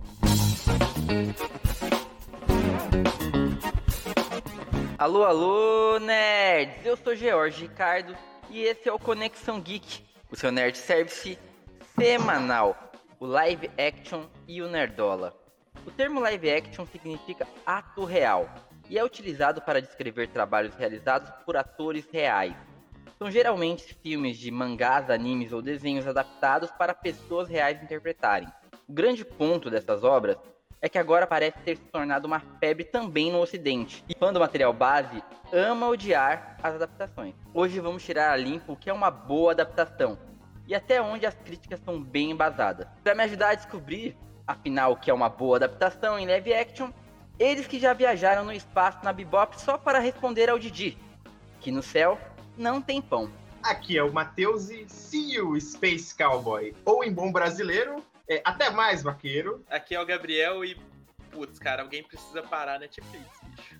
Alô, alô, nerds! Eu sou George Ricardo e esse é o Conexão Geek, o seu nerd service semanal, o live action e o nerdola. O termo live action significa ato real e é utilizado para descrever trabalhos realizados por atores reais. São geralmente filmes de mangás, animes ou desenhos adaptados para pessoas reais interpretarem. O grande ponto dessas obras é que agora parece ter se tornado uma febre também no ocidente. E fã do material base ama odiar as adaptações. Hoje vamos tirar a limpo o que é uma boa adaptação e até onde as críticas são bem embasadas. Para me ajudar a descobrir, afinal, o que é uma boa adaptação em live action, eles que já viajaram no espaço na Bebop só para responder ao Didi, que no céu não tem pão. Aqui é o Matheus e see you, Space Cowboy. Ou em bom brasileiro, até mais, vaqueiro. Aqui é o Gabriel e, putz, cara, alguém precisa parar a Netflix, bicho.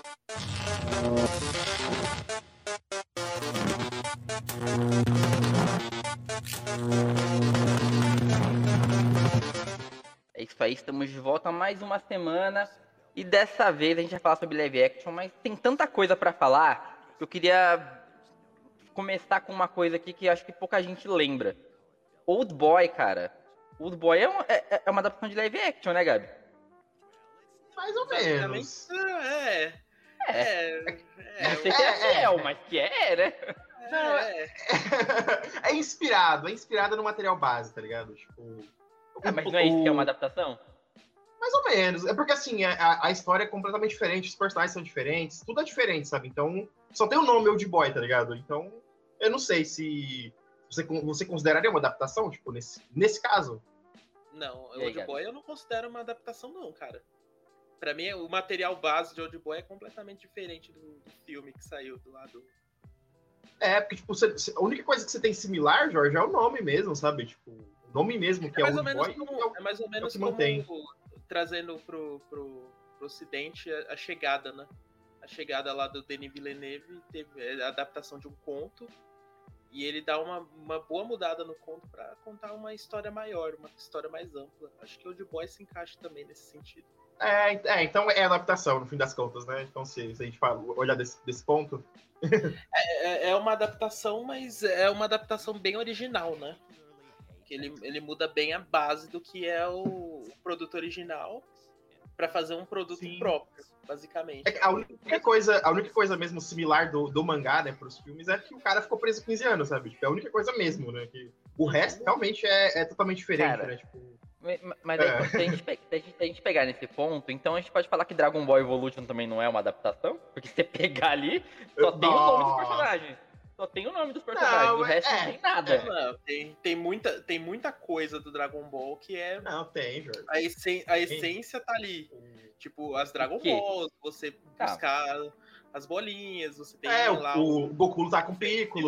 É isso aí, estamos de volta mais uma semana e dessa vez a gente vai falar sobre live action, mas tem tanta coisa pra falar que eu queria começar com uma coisa aqui que acho que pouca gente lembra. Old Boy, cara. Old Boy é uma adaptação de live action, né, Gabi? Mais ou menos. Não sei se é fiel, mas que né? É inspirado no material base, tá ligado? Tipo, mas não é isso que é uma adaptação? Mais ou menos. É porque, assim, a história é completamente diferente, os personagens são diferentes, tudo é diferente, sabe? Então, só tem o nome Old Boy, tá ligado? Então, eu não sei se você consideraria uma adaptação, tipo, nesse caso. Não, Old Boy eu não considero uma adaptação, não, cara. Pra mim, o material base de Old Boy é completamente diferente do filme que saiu do lado. Porque, tipo, a única coisa que você tem similar, Jorge, é o nome mesmo, sabe? Tipo, o nome mesmo, que é Old Boy, é mais ou menos como mantém. Trazendo pro ocidente a chegada, né? A chegada lá do Denis Villeneuve teve a adaptação de um conto e ele dá uma boa mudada no conto pra contar uma história maior, uma história mais ampla. Acho que o Old Boy se encaixa também nesse sentido. Então é adaptação, no fim das contas, né? Então, se a gente olhar desse ponto... É uma adaptação, mas é uma adaptação bem original, né? Que ele muda bem a base do que é o produto original para fazer um produto próprio, basicamente. A única coisa mesmo similar do mangá, né, pros filmes, é que o cara ficou preso 15 anos, sabe? Tipo, é a única coisa mesmo, né? Que o resto realmente é totalmente diferente, cara, né? Tipo... Mas aí, se a gente pegar nesse ponto, então a gente pode falar que Dragon Ball Evolution também não é uma adaptação? Porque se você pegar ali, só tem o nome dos personagens. Só tem o nome dos personagens, o resto não tem nada. Não, tem muita coisa do Dragon Ball que é... Não, tem, Jorge. A essência tá ali. Tipo, as Dragon Balls, você buscar as bolinhas, você tem lá... O Goku lutar com o Piccolo,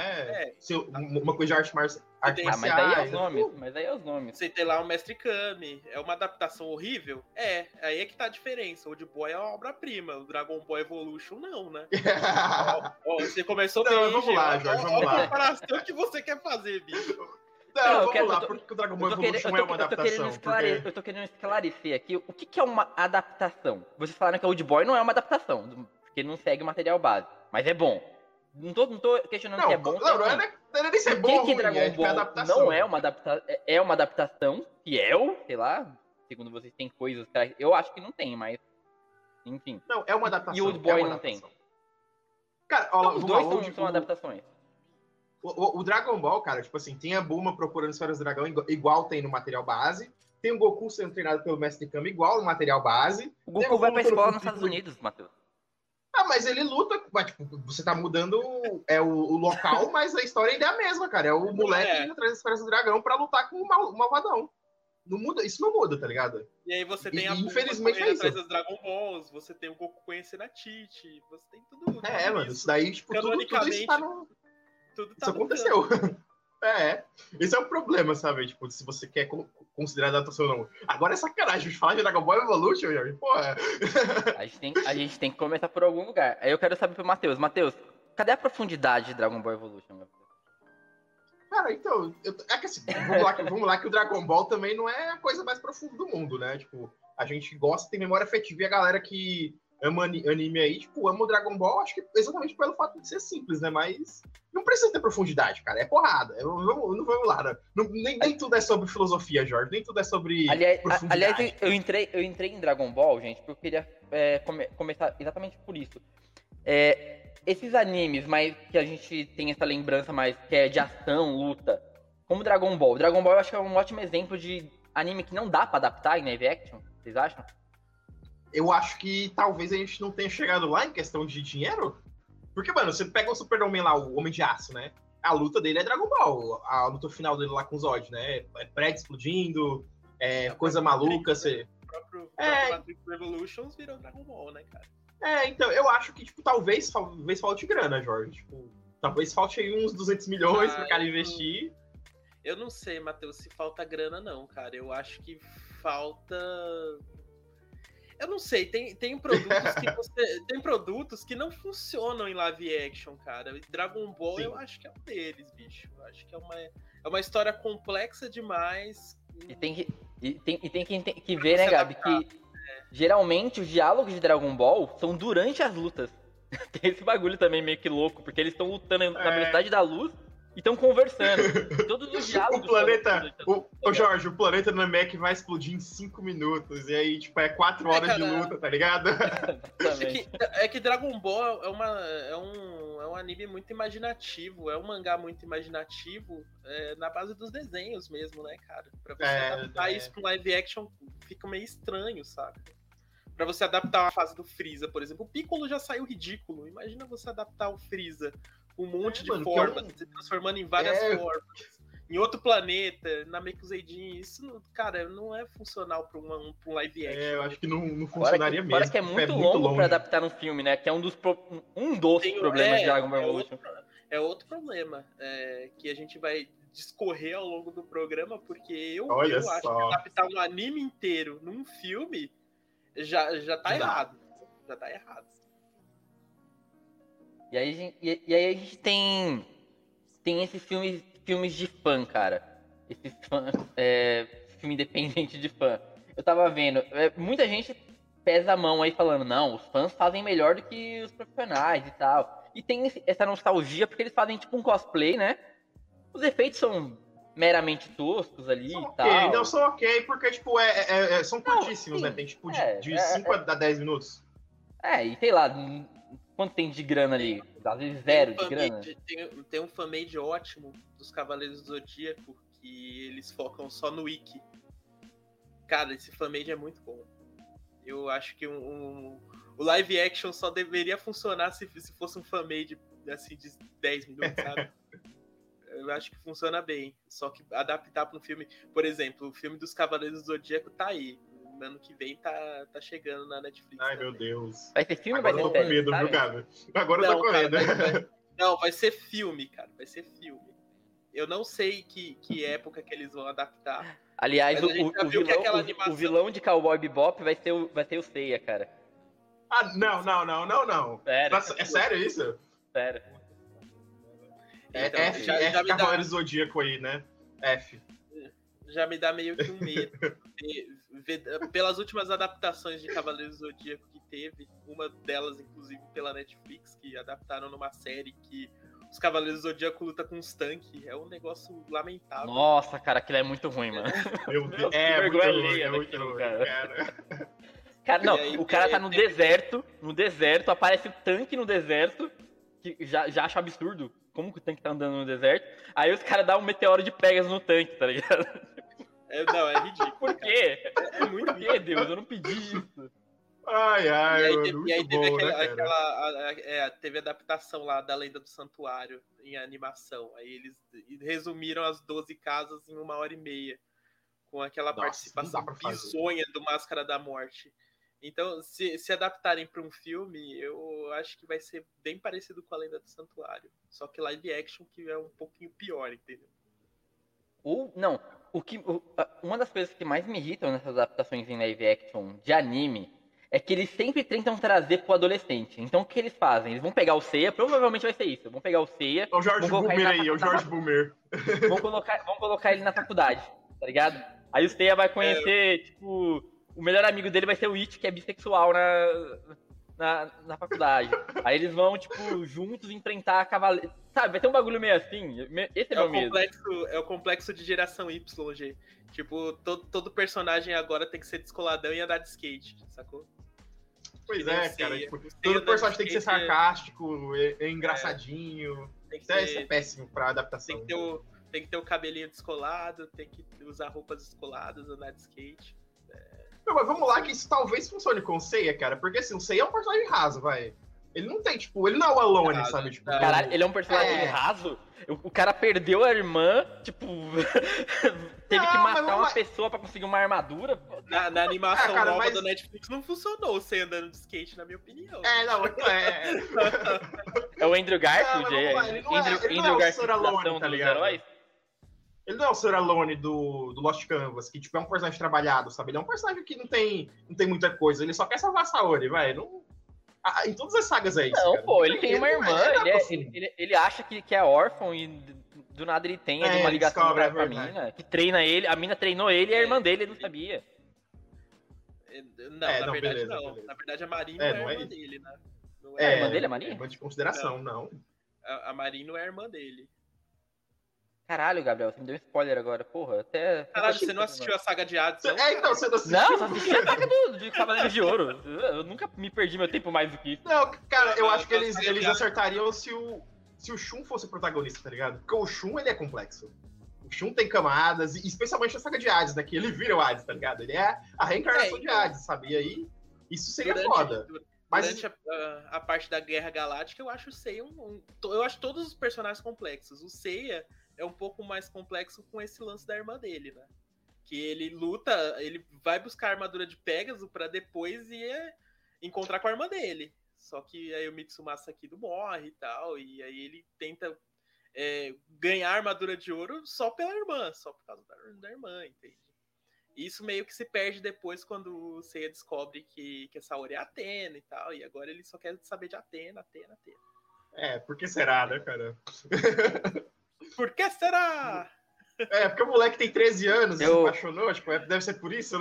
uma coisa de arte marcial. Mas aí é os nomes. Você tem lá o Mestre Kami. É uma adaptação horrível? Aí é que tá a diferença. O Old Boy é uma obra-prima. O Dragon Ball Evolution não, né? Você começou bem. Vamos lá, Jorge, vamos lá. A comparação que você quer fazer, bicho. Vamos lá, porque o Dragon Ball Evolution é uma adaptação. Eu tô querendo esclarecer aqui o que é uma adaptação. Vocês falaram que o Old Boy não é uma adaptação, porque não segue o material base, mas é bom. Não tô questionando se é bom. Não é nem ser bom. Que Dragon Ball não é uma adaptação, é uma adaptação fiel, sei lá, segundo vocês tem coisas, eu acho que não tem, mas enfim. Não, é uma adaptação. E o Old Boy não tem. Cara, então, os dois são adaptações. O Dragon Ball, cara, tipo assim, tem a Bulma procurando esferas do dragão igual tem no material base. Tem o Goku sendo treinado pelo Mestre Kami igual no material base. O Goku vai pra escola nos Estados Unidos, Matheus. Mas ele luta, tipo, você tá mudando o local, mas a história ainda é a mesma, cara. É o moleque indo atrás das esferas do dragão pra lutar com o malvadão. Não muda, isso não muda, tá ligado? E aí você tem a Bulma infelizmente atrás das Dragon Balls, você tem o Goku conhecendo a Titi, você tem tudo. Mano, isso daí, tipo, tudo isso tá no... Isso aconteceu. Esse é o problema, sabe? Tipo, se você quer considerar adaptação ou não. Agora é sacanagem, falar de Dragon Ball Evolution, Jorge, porra. A gente tem que começar por algum lugar. Aí eu quero saber pro Matheus. Matheus, cadê a profundidade de Dragon Ball Evolution? Cara, então, é que assim, vamos lá que o Dragon Ball também não é a coisa mais profunda do mundo, né? Tipo, a gente gosta, tem memória afetiva e a galera que ama anime aí, tipo, ama o Dragon Ball, acho que exatamente pelo fato de ser simples, né? Mas não precisa ter profundidade, cara, é porrada. Não vamos lá, né? Nem tudo é sobre filosofia, Jorge, nem tudo é sobre profundidade. Aliás, eu entrei em Dragon Ball, gente, porque eu queria começar exatamente por isso. Esses animes mais que a gente tem essa lembrança mais que é de ação, luta, como Dragon Ball. Dragon Ball eu acho que é um ótimo exemplo de anime que não dá pra adaptar em live action, vocês acham? Eu acho que talvez a gente não tenha chegado lá em questão de dinheiro. Porque, mano, você pega o Super-Homem lá, o Homem de Aço, né? A luta dele é Dragon Ball. A luta final dele lá com o Zod, né? É prédio explodindo, coisa maluca. O próprio Matrix Revolutions virou Dragon Ball, né, cara? Então, eu acho que, tipo, talvez falte grana, Jorge. Tipo, talvez falte aí uns 200 milhões pro cara investir. Eu não sei, Matheus, se falta grana, não, cara. Eu acho que falta... Eu não sei, tem produtos que não funcionam em live action, cara. Dragon Ball, sim, eu acho que é um deles, bicho. Eu acho que é uma história complexa demais. E tem que ver, né, Gabi, que geralmente os diálogos de Dragon Ball são durante as lutas. Tem esse bagulho também meio que louco, porque eles estão lutando na velocidade da luz e estão conversando. Todos os diálogos. Jorge, o planeta no Namek vai explodir em 5 minutos. E aí, tipo, é 4 horas de luta, tá ligado? É que Dragon Ball é um anime muito imaginativo, é um mangá muito imaginativo, na base dos desenhos mesmo, né, cara? Pra você adaptar isso pra um live action fica meio estranho, sabe? Pra você adaptar uma fase do Freeza, por exemplo. O Piccolo já saiu ridículo. Imagina você adaptar o Freeza com um monte de formas, se transformando em várias formas. Em outro planeta, na Mekuseidin. Isso, cara, não é funcional pra um live action. Eu acho que não funcionaria mesmo. Fora que é muito longo pra adaptar no filme, né? Que é um dos problemas de Dragon Ball Evolution. É outro problema que a gente vai discorrer ao longo do programa, porque eu acho que adaptar um anime inteiro num filme já tá errado. Já tá errado. E aí a gente tem esses filmes de fã, cara. Esses filme independente de fã. Eu tava vendo, muita gente pesa a mão aí falando, não, os fãs fazem melhor do que os profissionais e tal. E tem essa nostalgia porque eles fazem tipo um cosplay, né? Os efeitos são meramente toscos ali e tal. Não, são ok, porque, tipo, são curtíssimos, né? Tem, tipo, de 5 a 10 minutos. E sei lá, quanto tem de grana ali? Às vezes zero de grana. Tem um fanmade ótimo dos Cavaleiros do Zodíaco, que eles focam só no Wiki. Cara, esse fanmade é muito bom. Eu acho que o live action só deveria funcionar se fosse um fanmade, assim, de 10 minutos, sabe? Eu acho que funciona bem. Só que adaptar para um filme... Por exemplo, o filme dos Cavaleiros do Zodíaco tá aí. No ano que vem tá chegando na Netflix. Ai, meu Deus. Vai ser filme ou vai ser série? Agora eu tô com medo, viu, cara? Agora eu tô com medo. Não, vai ser filme, cara. Vai ser filme. Eu não sei que época que eles vão adaptar. Aliás, o vilão de Cowboy Bebop vai ser o Seiya, cara. Ah, não. Sério? É sério isso? Sério. Então, F Cavaleiro Zodíaco aí, né? F. Já me dá meio que um medo. Pelas últimas adaptações de Cavaleiros do Zodíaco que teve, uma delas, inclusive, pela Netflix, que adaptaram numa série que os Cavaleiros do Zodíaco lutam com os tanques. É um negócio lamentável. Nossa, cara, aquilo é muito ruim, mano. Meu Deus, muito ruim, cara. Cara, não, o cara tá no deserto, aparece o tanque no deserto, que já acho absurdo. Como que o tanque tá andando no deserto? Aí os caras dão um meteoro de Pegasus no tanque, tá ligado? Não, é ridículo. Por quê? Por quê, Deus? Eu não pedi isso. Ai, e aí teve bom, teve a adaptação lá da Lenda do Santuário em animação. Aí eles resumiram as 12 casas em 1h30, com aquela participação bizonha do Máscara da Morte. Então, se adaptarem para um filme, eu acho que vai ser bem parecido com a Lenda do Santuário. Só que live action que é um pouquinho pior, entendeu? Uma das coisas que mais me irritam nessas adaptações em live action de anime é que eles sempre tentam trazer pro adolescente. Então o que eles fazem? Eles vão pegar o Seiya, provavelmente vai ser isso. Vão pegar o Seiya. É o George vão colocar Boomer ele aí, é o George Boomer. Vão colocar ele na faculdade, tá ligado? Aí o Seiya vai conhecer, tipo, o melhor amigo dele vai ser o Ichi, que é bissexual na faculdade. Aí eles vão, tipo, juntos enfrentar a cavaleiro. Sabe, vai ter um bagulho meio assim. Esse é meu medo. É o complexo de geração Y, G. Tipo, todo personagem agora tem que ser descoladão e andar de skate, sacou? Pois é, cara. Tipo, todo personagem tem que ser sarcástico, engraçadinho. Isso é péssimo pra adaptação. Tem que ter o cabelinho descolado, tem que usar roupas descoladas, andar de skate. Não, mas vamos lá que isso talvez funcione com o Seiya, cara. Porque assim, o Seiya é um personagem raso, vai. Ele não tem, tipo, ele não é o Alone, sabe? Tipo, caralho, ele é um personagem raso? O cara perdeu a irmã, tipo... teve que matar uma pessoa pra conseguir uma armadura. Na animação nova do Netflix não funcionou o Seiya andando de skate, na minha opinião. É o Andrew Garfield? Andrew Garfield Alone, tá ligado? Ele não é o Sr. Alone do Lost Canvas, que tipo, é um personagem trabalhado, sabe? Ele é um personagem que não tem muita coisa, ele só quer salvar a Saori, vai. Não... em todas as sagas é isso. Não, cara. Pô, ele tem uma irmã, ele acha que é órfão e do nada ele tem uma ligação com a mina, que treina ele, a mina treinou ele e a irmã dele, ele não sabia. Não, na verdade beleza, não. Beleza. Na verdade a Marin não é a irmã dele, né? A irmã dele é a Marin? Irmã de consideração, não. A Marin não é a irmã dele. Caralho, Gabriel, você me deu um spoiler agora, porra. Caralho, você não assistiu a saga de Hades? Então você não assistiu. Não, só assisti a saga de Cavaleiros de Ouro. Eu nunca me perdi meu tempo mais do que isso. Não, cara, eu acho que eles acertariam se o Shun fosse o protagonista, tá ligado? Porque o Shun, ele é complexo. O Shun tem camadas, e especialmente a saga de Hades, né? Que ele vira o Hades, tá ligado? Ele é a reencarnação de Hades, sabe? E aí, isso seria foda. Durante a parte da Guerra Galáctica, eu acho o Seiya eu acho todos os personagens complexos. O Seiya é um pouco mais complexo com esse lance da irmã dele, né? Que ele luta, ele vai buscar a armadura de Pégaso pra depois ir encontrar com a irmã dele. Só que aí o Mitsumasa Kido morre e tal, e aí ele tenta ganhar a armadura de ouro só pela irmã, só por causa da irmã, entende? E isso meio que se perde depois quando o Seiya descobre que a Saori é Atena e tal, e agora ele só quer saber de Atena. Por que será, né, cara? Por que será? Porque o moleque tem 13 anos e se apaixonou, tipo, deve ser por isso, né?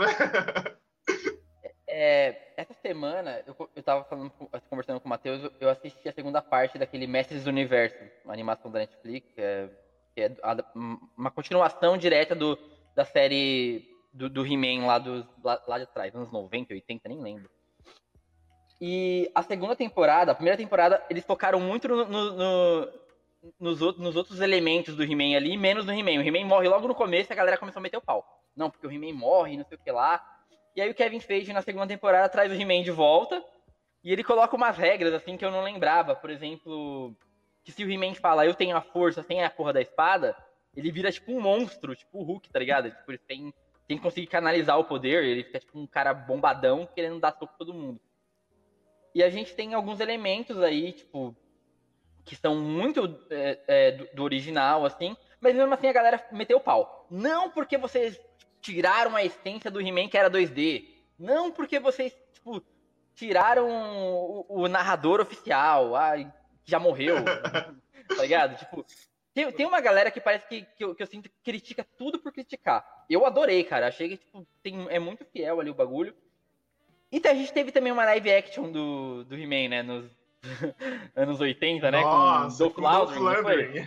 Essa semana, eu tava conversando com o Matheus, eu assisti a segunda parte daquele Mestres do Universo, uma animação da Netflix, que é uma continuação direta da série do He-Man lá de trás, anos 90, 80, nem lembro. E a primeira temporada, eles focaram muito nos outros elementos do He-Man ali, menos no He-Man. O He-Man morre logo no começo e a galera começou a meter o pau. Não, porque o He-Man morre, não sei o que lá. E aí o Kevin Feige, na segunda temporada, traz o He-Man de volta e ele coloca umas regras, assim, que eu não lembrava. Por exemplo, que se o He-Man fala, eu tenho a força sem a porra da espada, ele vira, tipo, um monstro, tipo o Hulk, tá ligado? Tipo, ele tem que conseguir canalizar o poder, ele fica, tipo, um cara bombadão querendo dar soco pra todo mundo. E a gente tem alguns elementos aí, tipo, que são muito do original, assim, mas mesmo assim a galera meteu o pau. Não porque vocês tiraram a essência do He-Man que era 2D. Não porque vocês, tipo, tiraram o narrador oficial, que já morreu, tá ligado? Tipo, tem uma galera que parece que eu sinto que critica tudo por criticar. Eu adorei, cara. Achei que, tipo, é muito fiel ali o bagulho. E a gente teve também uma live action do He-Man, né, nos anos 80, né? Nossa, com Dolph Lundgren.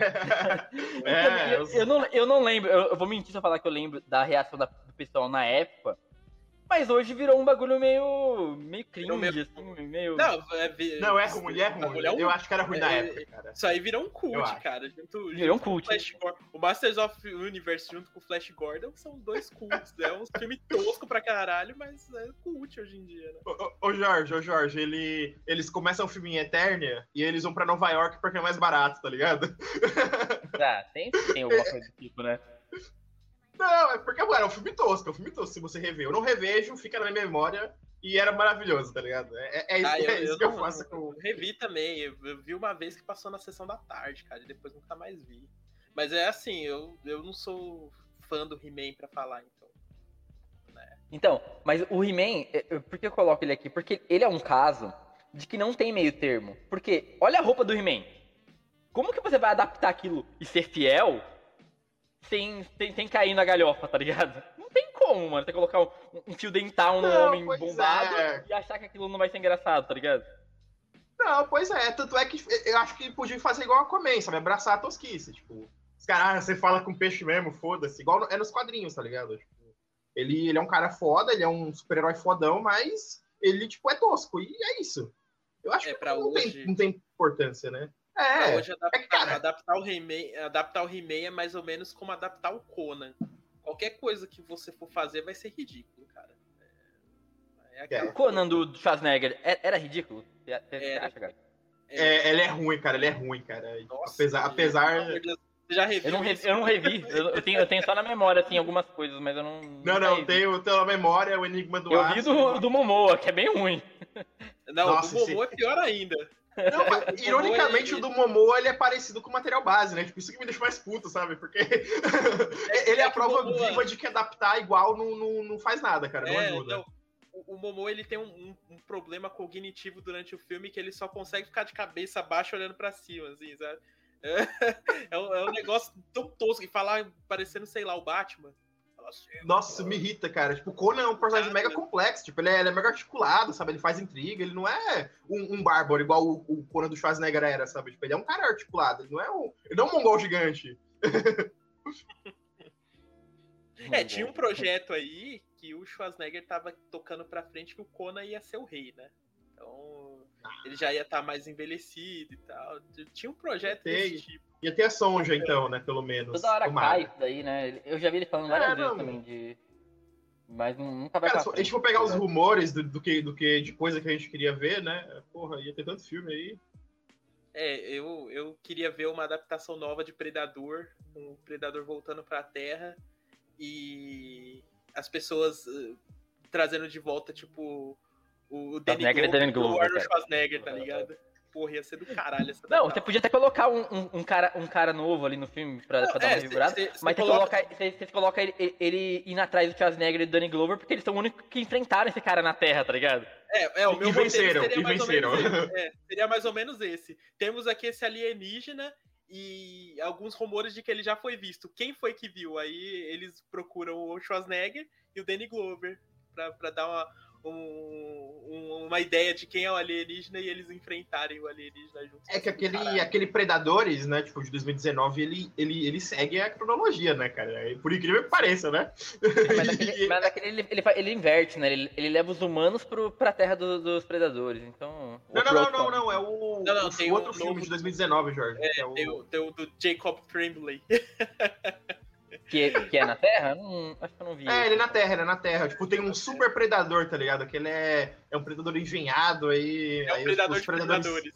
Eu não lembro, eu vou mentir se eu falar que eu lembro da reação do pessoal na época, mas hoje virou um bagulho meio cringe, assim, meio... Não, é ruim. Eu acho que era ruim na época, cara. Isso aí virou um cult, cara. Virou um cult. O Masters of Universe junto com o Flash Gordon são dois cults. É um filme tosco pra caralho, mas é cult hoje em dia, né? Ô Jorge, eles começam o filme em Eternia e eles vão pra Nova York porque é mais barato, tá ligado? Sempre tem alguma coisa do tipo, né? Não, é porque, mano, é um filme tosco, se você rever. Eu não revejo, fica na minha memória e era maravilhoso, tá ligado? Isso que eu faço com... Eu revi também, eu vi uma vez que passou na sessão da tarde, cara, e depois nunca mais vi. Mas é assim, eu não sou fã do He-Man pra falar, então, né? Então, mas o He-Man, por que eu coloco ele aqui? Porque ele é um caso de que não tem meio termo. Porque, olha a roupa do He-Man. Como que você vai adaptar aquilo e ser fiel sem cair na galhofa, tá ligado? Não tem como, mano. Você colocar um fio dental num homem pois bombado é. e achar que aquilo não vai ser engraçado, tá ligado? Não, pois é. Tanto é que eu acho que podia fazer igual a Aquaman, sabe? Abraçar a tosquice. Tipo, os caras, você fala com peixe mesmo, foda-se. Igual é nos quadrinhos, tá ligado? Tipo, ele é um cara foda, ele é um super-herói fodão, mas ele, tipo, é tosco. E é isso. Eu acho que pra não, hoje, não tem importância, né? pra hoje cara, adaptar o He-Man é mais ou menos como adaptar o Conan. Qualquer coisa que você for fazer vai ser ridículo, cara. O Conan do Schwarzenegger era ridículo? Você acha, cara? Ele é ruim, cara. Ele é ruim, cara. Nossa, apesar... Você já reviu eu não revi. Eu tenho só na memória, assim, algumas coisas, mas eu não... Não, tenho na memória o Enigma do Aço. Eu vi do Momoa, que é bem ruim. Não, nossa, o do Momoa é pior ainda. Não, mas, ironicamente, o do Momoa, ele é parecido com o material base, né? Tipo, isso que me deixa mais puto, sabe? Porque ele é a prova viva de que adaptar igual não faz nada, cara. Não ajuda. Não. O Momoa, ele tem um problema cognitivo durante o filme que ele só consegue ficar de cabeça baixa olhando pra cima, assim, sabe? É um negócio tão tosco. E falar parecendo, sei lá, o Batman. Nossa, isso me irrita, cara. Tipo, o Conan é um personagem mega complexo. Tipo, ele é mega articulado, sabe? Ele faz intriga. Ele não é um bárbaro igual o Conan do Schwarzenegger era, sabe? Tipo, ele é um cara articulado. Ele não é um mongol gigante. Tinha um projeto aí que o Schwarzenegger tava tocando pra frente que o Conan ia ser o rei, né? Então, ele já ia estar mais envelhecido e tal. Tinha um projeto desse tipo. Ia ter a Sonja, então, né? Pelo menos. Toda hora cai isso daí, né? Eu já vi ele falando várias vezes também de... Mas nunca vai Cara, se a gente for pegar os rumores de coisa que a gente queria ver, né? Porra, ia ter tanto filme aí. Eu queria ver uma adaptação nova de Predador, um Predador voltando pra Terra e as pessoas trazendo de volta, tipo, o Danny Glover, o Arnold Schwarzenegger, tá ligado? Porra, ia ser do caralho essa Não, você podia até colocar um cara novo ali no filme pra dar uma revigorada, mas você coloca ele indo atrás do Schwarzenegger e do Danny Glover porque eles são os únicos que enfrentaram esse cara na Terra, tá ligado? O meu venceram. Seria mais ou menos esse. Temos aqui esse alienígena e alguns rumores de que ele já foi visto. Quem foi que viu? Aí eles procuram o Schwarzenegger e o Danny Glover pra dar uma ideia de quem é o alienígena e eles enfrentarem o alienígena juntos. É que aquele Predadores, né, tipo, de 2019, ele segue a cronologia, né, cara? Por incrível que pareça, né? Mas aquele ele inverte, né? Ele leva os humanos pra terra dos Predadores, então... Não, é o outro filme de 2019, Jorge. Tem o do Jacob Tremblay. Que é na Terra? Acho que eu não vi. Ele é na Terra. Tipo, tem um super predador, tá ligado? Que ele é um predador engenhado aí. É um predador de predadores.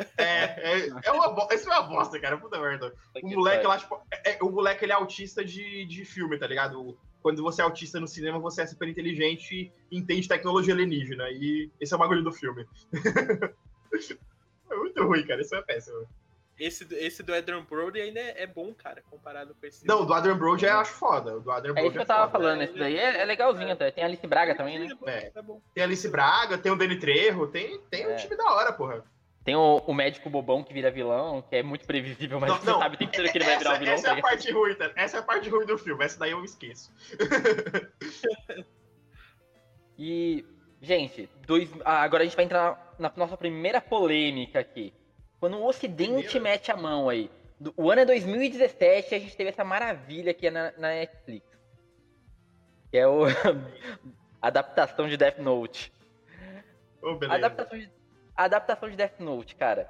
Isso é uma bosta, cara. Puta merda. O moleque lá, tipo, o moleque ele é autista de filme, tá ligado? Quando você é autista no cinema, você é super inteligente e entende tecnologia alienígena. E esse é o bagulho do filme. É muito ruim, cara. Isso é péssimo. Esse do Adrian Brody ainda é bom, cara, comparado com esse. Não, o do Adrian Brody eu acho foda. O do Adrian Brody isso que eu tava falando, esse daí é legalzinho até. Tem a Alice Braga também, né? Tem a Alice Braga, tem o Danny Trejo, tem um time da hora, porra. Tem o médico bobão que vira vilão, que é muito previsível, mas você sabe o tempo inteiro que ele vai virar o vilão. Essa é a parte ruim, tá? Essa é a parte ruim do filme, essa daí eu esqueço. E, gente, agora a gente vai entrar na nossa primeira polêmica aqui. Quando o Ocidente mete a mão aí. O ano é 2017 e a gente teve essa maravilha aqui na Netflix. Que é a adaptação de Death Note. A adaptação de Death Note, cara.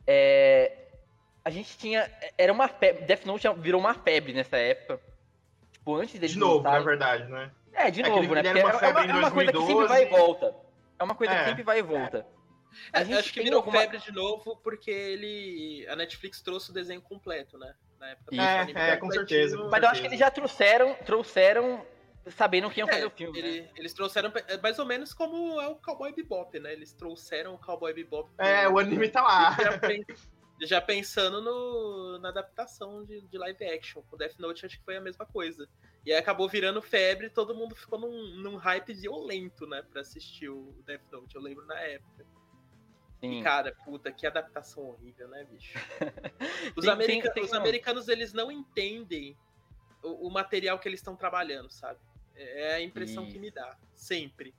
A gente tinha... Era uma febre. Death Note virou uma febre nessa época. Tipo, antes dele... De novo, na verdade, né? De novo, né? É uma coisa que sempre vai e volta. É uma coisa que sempre vai e volta. Acho que virou febre de novo porque a Netflix trouxe o desenho completo, né? Na época com certeza. Mas eu acho que eles já trouxeram sabendo que iam fazer o filme. Eles trouxeram mais ou menos como é o Cowboy Bebop, né? Eles trouxeram o Cowboy Bebop. O anime tá lá. Já pensando na adaptação de live action. O Death Note acho que foi a mesma coisa. E aí acabou virando febre e todo mundo ficou num hype violento, né? Pra assistir o Death Note. Eu lembro na época. Sim. E, cara, puta, que adaptação horrível, né, bicho? Os Tem americanos, eles não entendem o material que eles estão trabalhando, sabe? É a impressão que me dá. Sempre.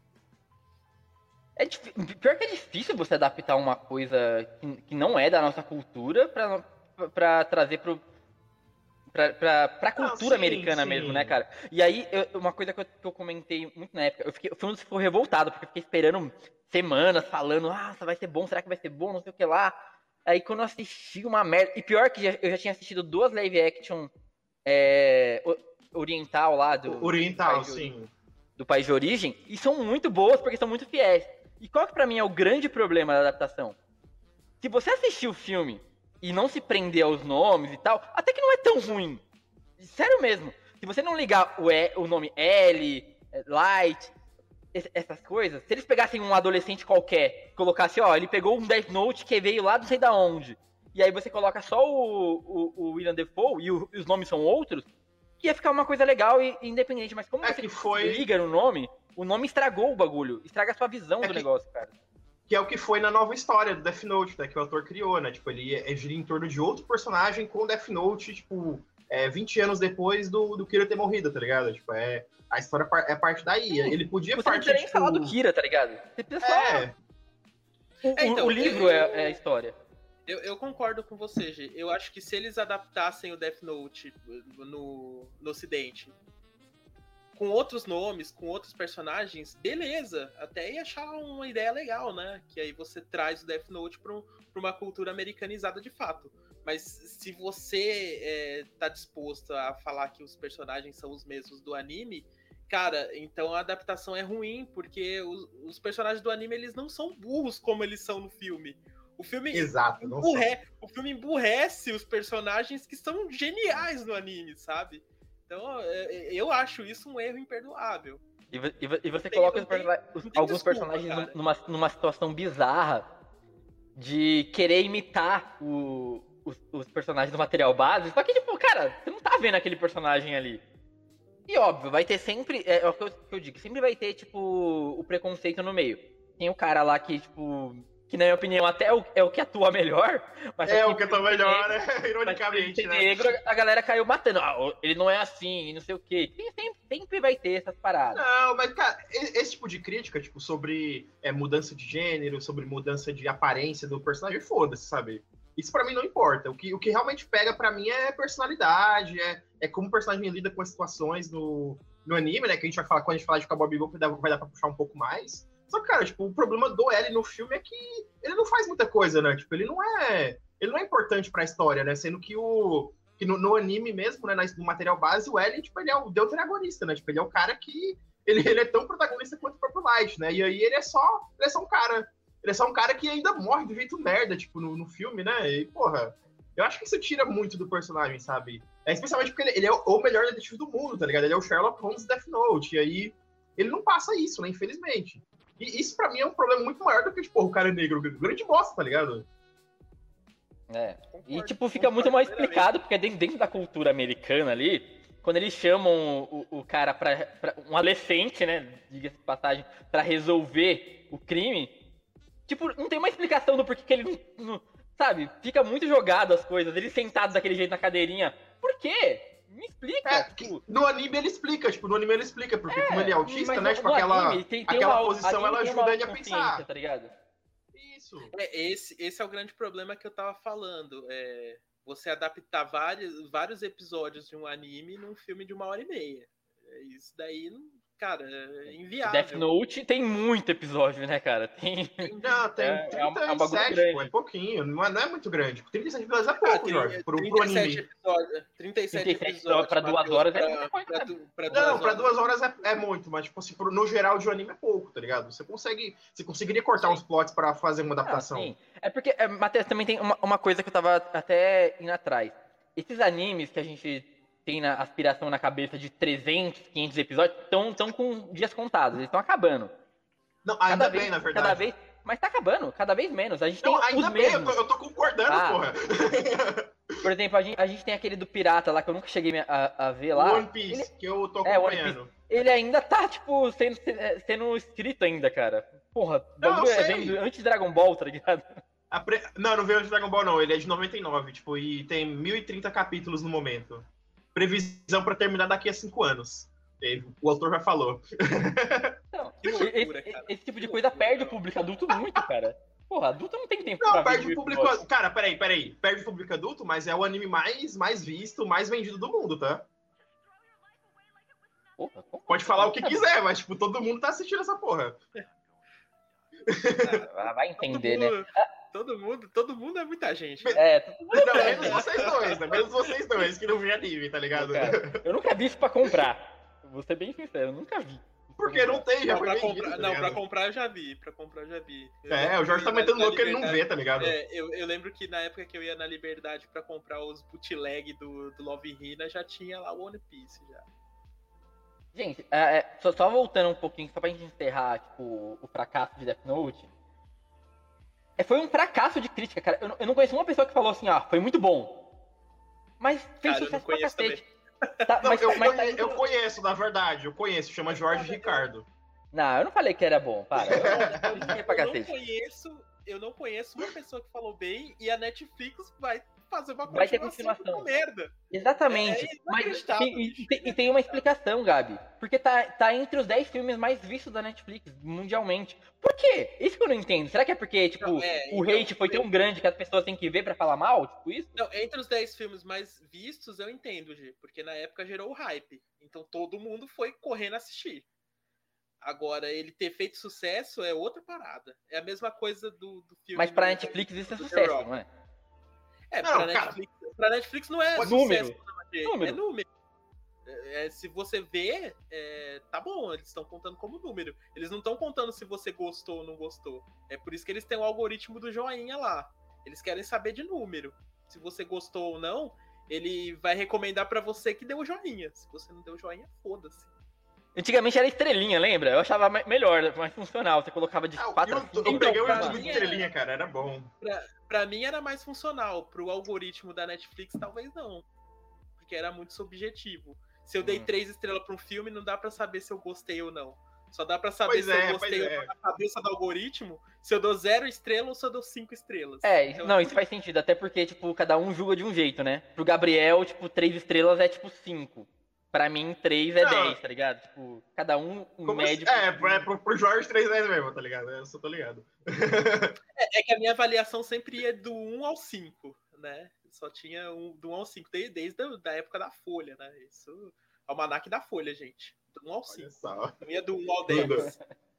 Pior que é difícil você adaptar uma coisa que não é da nossa cultura pra trazer pra cultura americana mesmo, né, cara? E aí, uma coisa que eu comentei muito na época, eu fui um dos que ficou revoltado, porque eu fiquei esperando semanas falando, vai ser bom, será que vai ser bom, não sei o que lá. Aí quando eu assisti uma merda, e pior que eu já tinha assistido 2 live action oriental lá Oriental, sim. Do país de origem, e são muito boas porque são muito fiéis. E qual que pra mim é o grande problema da adaptação? Se você assistir o filme e não se prender aos nomes e tal, até que não é tão ruim. Sério mesmo. Se você não ligar o nome L, Light, essas coisas, se eles pegassem um adolescente qualquer, colocasse, ele pegou um Death Note que veio lá não sei da onde, e aí você coloca só o William Dafoe e os nomes são outros, ia ficar uma coisa legal e independente. Mas como você liga no nome, o nome estragou o bagulho, estraga a sua visão do negócio, cara. Que é o que foi na nova história do Death Note, né, que o autor criou, né? Tipo, ele gira em torno de outro personagem com o Death Note, tipo, 20 anos depois do Kira ter morrido, tá ligado? Tipo, a história é parte daí. Ele podia você partir, não precisa nem falar do Kira, tá ligado? Você precisa só... o livro é a história. Eu concordo com você, G. Eu acho que se eles adaptassem o Death Note no Ocidente com outros nomes, com outros personagens, beleza. Até ia achar uma ideia legal, né? Que aí você traz o Death Note pra uma cultura americanizada de fato. Mas se você tá disposto a falar que os personagens são os mesmos do anime, cara, então a adaptação é ruim, porque os personagens do anime, eles não são burros como eles são no filme. O filme emburrece os personagens que são geniais no anime, sabe? Então, eu acho isso um erro imperdoável. E você coloca alguns personagens numa situação bizarra de querer imitar os personagens do material base, só que, tipo, cara, você não tá vendo aquele personagem ali. E óbvio, vai ter sempre, é o que eu digo, sempre vai ter, tipo, o preconceito no meio. Tem o cara lá que, tipo... que na minha opinião até é o que atua melhor. Mas o que atua melhor, né? Ironicamente, né? Negro, a galera caiu matando. Ele não é assim, não sei o quê. Sempre vai ter essas paradas. Não, mas, cara, esse tipo de crítica, tipo, sobre mudança de gênero, sobre mudança de aparência do personagem, foda-se, sabe? Isso pra mim não importa. O que realmente pega pra mim é personalidade, é como o personagem lida com as situações no anime, né? Que a gente vai falar, quando a gente falar de Cowboy Bebop, vai dar pra puxar um pouco mais. Só que, cara, tipo, o problema do L no filme é que ele não faz muita coisa, né? Tipo, ele não é importante pra história, né? Sendo que no anime mesmo, né, no material base, o L, tipo, ele é o deuteragonista, né? Tipo, ele é o cara que ele é tão protagonista quanto o próprio Light, né? E aí ele é só um cara. Ele é só um cara que ainda morre do jeito merda, tipo, no filme, né? E, porra, eu acho que isso tira muito do personagem, sabe? Especialmente porque ele é o melhor detetive do mundo, tá ligado? Ele é o Sherlock Holmes do Death Note. E aí ele não passa isso, né? Infelizmente. E isso pra mim é um problema muito maior do que, tipo, o cara negro, grande bosta, tá ligado? E, tipo, fica muito mal explicado, porque dentro da cultura americana ali, quando eles chamam o cara pra um adolescente, né, diga-se de passagem, pra resolver o crime, tipo, não tem uma explicação do porquê que ele não sabe, fica muito jogado as coisas, ele sentado daquele jeito na cadeirinha. Por quê? Me explica. Tipo... No anime ele explica, porque como ele é autista, né, tipo, aquela posição ela ajuda ele a pensar. Tá ligado? Isso. Esse é o grande problema que eu tava falando. Você adaptar vários episódios de um anime num filme de 1h30. Isso daí, cara, é inviável. Death Note tem muito episódio, né, cara? Tem 37, é pouquinho, não é muito grande. 37 episódios é pouco, Jorge, pro anime. 37 episódios pra 2 horas é muita coisa. Não, pra 2 horas é muito, mas, tipo assim, no geral de um anime é pouco, tá ligado? Você conseguiria cortar uns plots pra fazer uma adaptação. Sim. É porque, Matheus, também tem uma coisa que eu tava até indo atrás. Esses animes que a gente tem na aspiração na cabeça de 300, 500 episódios, estão com dias contados, eles estão acabando. Não, ainda bem, na verdade. Mas tá acabando, cada vez menos. A gente tem Não, os ainda bem, mesmos. eu tô concordando, porra. Por exemplo, a gente tem aquele do pirata lá, que eu nunca cheguei a ver lá. One Piece, que eu tô One acompanhando. Piece. Ele ainda tá, tipo, sendo escrito ainda, cara. Porra, o Não, bagulho eu sei. vem antes de Dragon Ball, tá ligado? Não veio de Dragon Ball, não. Ele é de 99, tipo, e tem 1030 capítulos no momento. Previsão pra terminar daqui a 5 anos. O autor já falou. Não, Que loucura, cara. esse tipo de coisa perde o público adulto muito, cara. Porra, adulto não tem tempo Não, pra perde ver o público. Cara, peraí. Perde o público adulto, mas é o anime mais visto, mais vendido do mundo, tá? Porra, Pode falar o que quiser, mas, tipo, todo mundo tá assistindo essa porra. Vai entender, né? Todo mundo é muita gente. Não, menos vocês dois, né? Menos vocês dois que não vê anime, tá ligado? Cara, eu nunca vi isso pra comprar. Vou ser bem sincero, eu nunca vi. Porque não tem, já Não, foi pra vendido, comprar, tá não, ligado? pra comprar eu já vi. O Jorge tá metendo louco que ele não vê, tá ligado? Eu lembro que na época que eu ia na Liberdade pra comprar os bootleg do Love Hina, já tinha lá o One Piece já. Gente, só voltando um pouquinho, só pra gente encerrar, tipo, o fracasso de Death Note. Foi um fracasso de crítica, cara. Eu não conheço uma pessoa que falou assim, foi muito bom. Mas fez Cara, eu não sucesso pra conheço cacete. Eu conheço, na verdade. Eu conheço, chama Jorge Ricardo. Não, eu não falei que era bom, para. Eu não conheço uma pessoa que falou bem e a Netflix vai fazer uma Vai ter continuação com merda. Exatamente. Mas tem uma explicação, Gabi. Porque tá entre os 10 filmes mais vistos da Netflix mundialmente. Por quê? Isso que eu não entendo. Será que é porque, tipo, o hate foi tão grande que as pessoas têm que ver pra falar mal? Tipo isso? Não, entre os 10 filmes mais vistos, eu entendo, G. Porque na época gerou o hype. Então todo mundo foi correndo assistir. Agora, ele ter feito sucesso é outra parada. É a mesma coisa do filme. Mas pra Netflix isso é sucesso, não é? Pra Netflix não é número. Sucesso. É número. Se você vê, tá bom, eles estão contando como número. Eles não estão contando se você gostou ou não gostou. É por isso que eles têm o algoritmo do joinha lá. Eles querem saber de número. Se você gostou ou não, ele vai recomendar pra você que deu o joinha. Se você não deu o joinha, foda-se. Antigamente era estrelinha, lembra? Eu achava melhor, mais funcional. Você colocava de 4 a 5. Eu peguei o YouTube de estrelinha, cara, era bom. Pra mim era mais funcional. Pro algoritmo da Netflix, talvez não. Porque era muito subjetivo. Se eu dei 3 estrelas pra um filme, não dá pra saber se eu gostei ou não. Só dá pra saber se eu gostei ou não na cabeça do algoritmo, se eu dou 0 estrelas ou se eu dou 5 estrelas. Não, isso faz sentido. Até porque, tipo, cada um julga de um jeito, né? Pro Gabriel, tipo, 3 estrelas é, tipo, 5. Pra mim, 3 é 10, tá ligado? Tipo, cada um médio. Pro Jorge 3 é 10 mesmo, tá ligado? Eu só tô ligado. É que a minha avaliação sempre ia do 1 ao 5, né? Só tinha do 1 ao 5, desde a época da Folha, né? Isso, almanaque da Folha, gente. Do 1 ao 5. Não ia do 1 ao 10.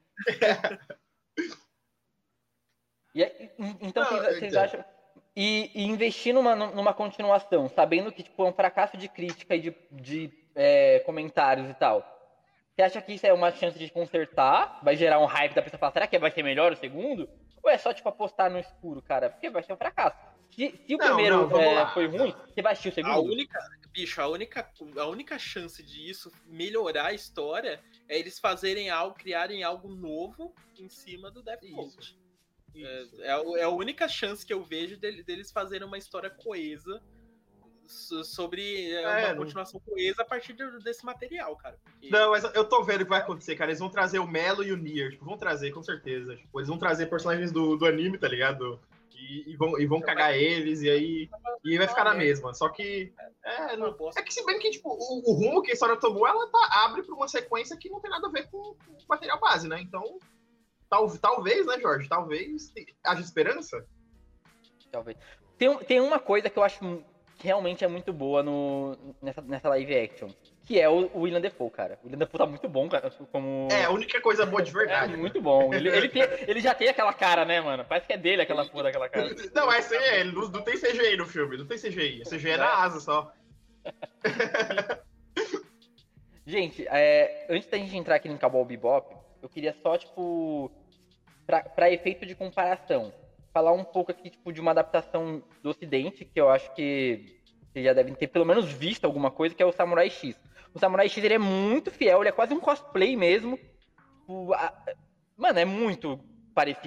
Então, vocês acham... E investir numa continuação, sabendo que tipo, é um fracasso de crítica e de comentários e tal. Você acha que isso é uma chance de consertar? Vai gerar um hype da pessoa falar, será que vai ser melhor o segundo? Ou é só tipo apostar no escuro, cara? Porque vai ser um fracasso. Se o primeiro foi ruim, você vai assistir o segundo? A única chance de isso melhorar a história é eles criarem algo novo em cima do Death Note. É a única chance que eu vejo deles fazerem uma história coesa sobre uma continuação coesa a partir desse material, cara. Porque... Não, mas eu tô vendo o que vai acontecer, cara. Eles vão trazer o Melo e o Nier. Tipo, vão trazer, com certeza. Tipo, eles vão trazer personagens do anime, tá ligado? E vão cagar eles, e aí vai ficar na mesma. Só que. É que se bem que, tipo, o rumo que a história tomou, ela abre pra uma sequência que não tem nada a ver com o material base, né? Então. Talvez, né, Jorge? Talvez haja esperança. Talvez. Tem uma coisa que eu acho que realmente é muito boa nessa live action, que é o William Dafoe, cara. O William Dafoe tá muito bom, cara, como... a única coisa boa de verdade. Muito bom. Ele já tem aquela cara, né, mano? Parece que é dele aquela porra daquela cara. Não, ele não tem CGI no filme, não tem CGI. A CGI é na asa só. Gente, antes da gente entrar aqui no Cowboy Bebop, eu queria só, tipo... Pra efeito de comparação, falar um pouco aqui, tipo, de uma adaptação do Ocidente, que eu acho que vocês já devem ter pelo menos visto alguma coisa, que é o Samurai X. O Samurai X, ele é muito fiel, ele é quase um cosplay mesmo. Mano, é muito parecido.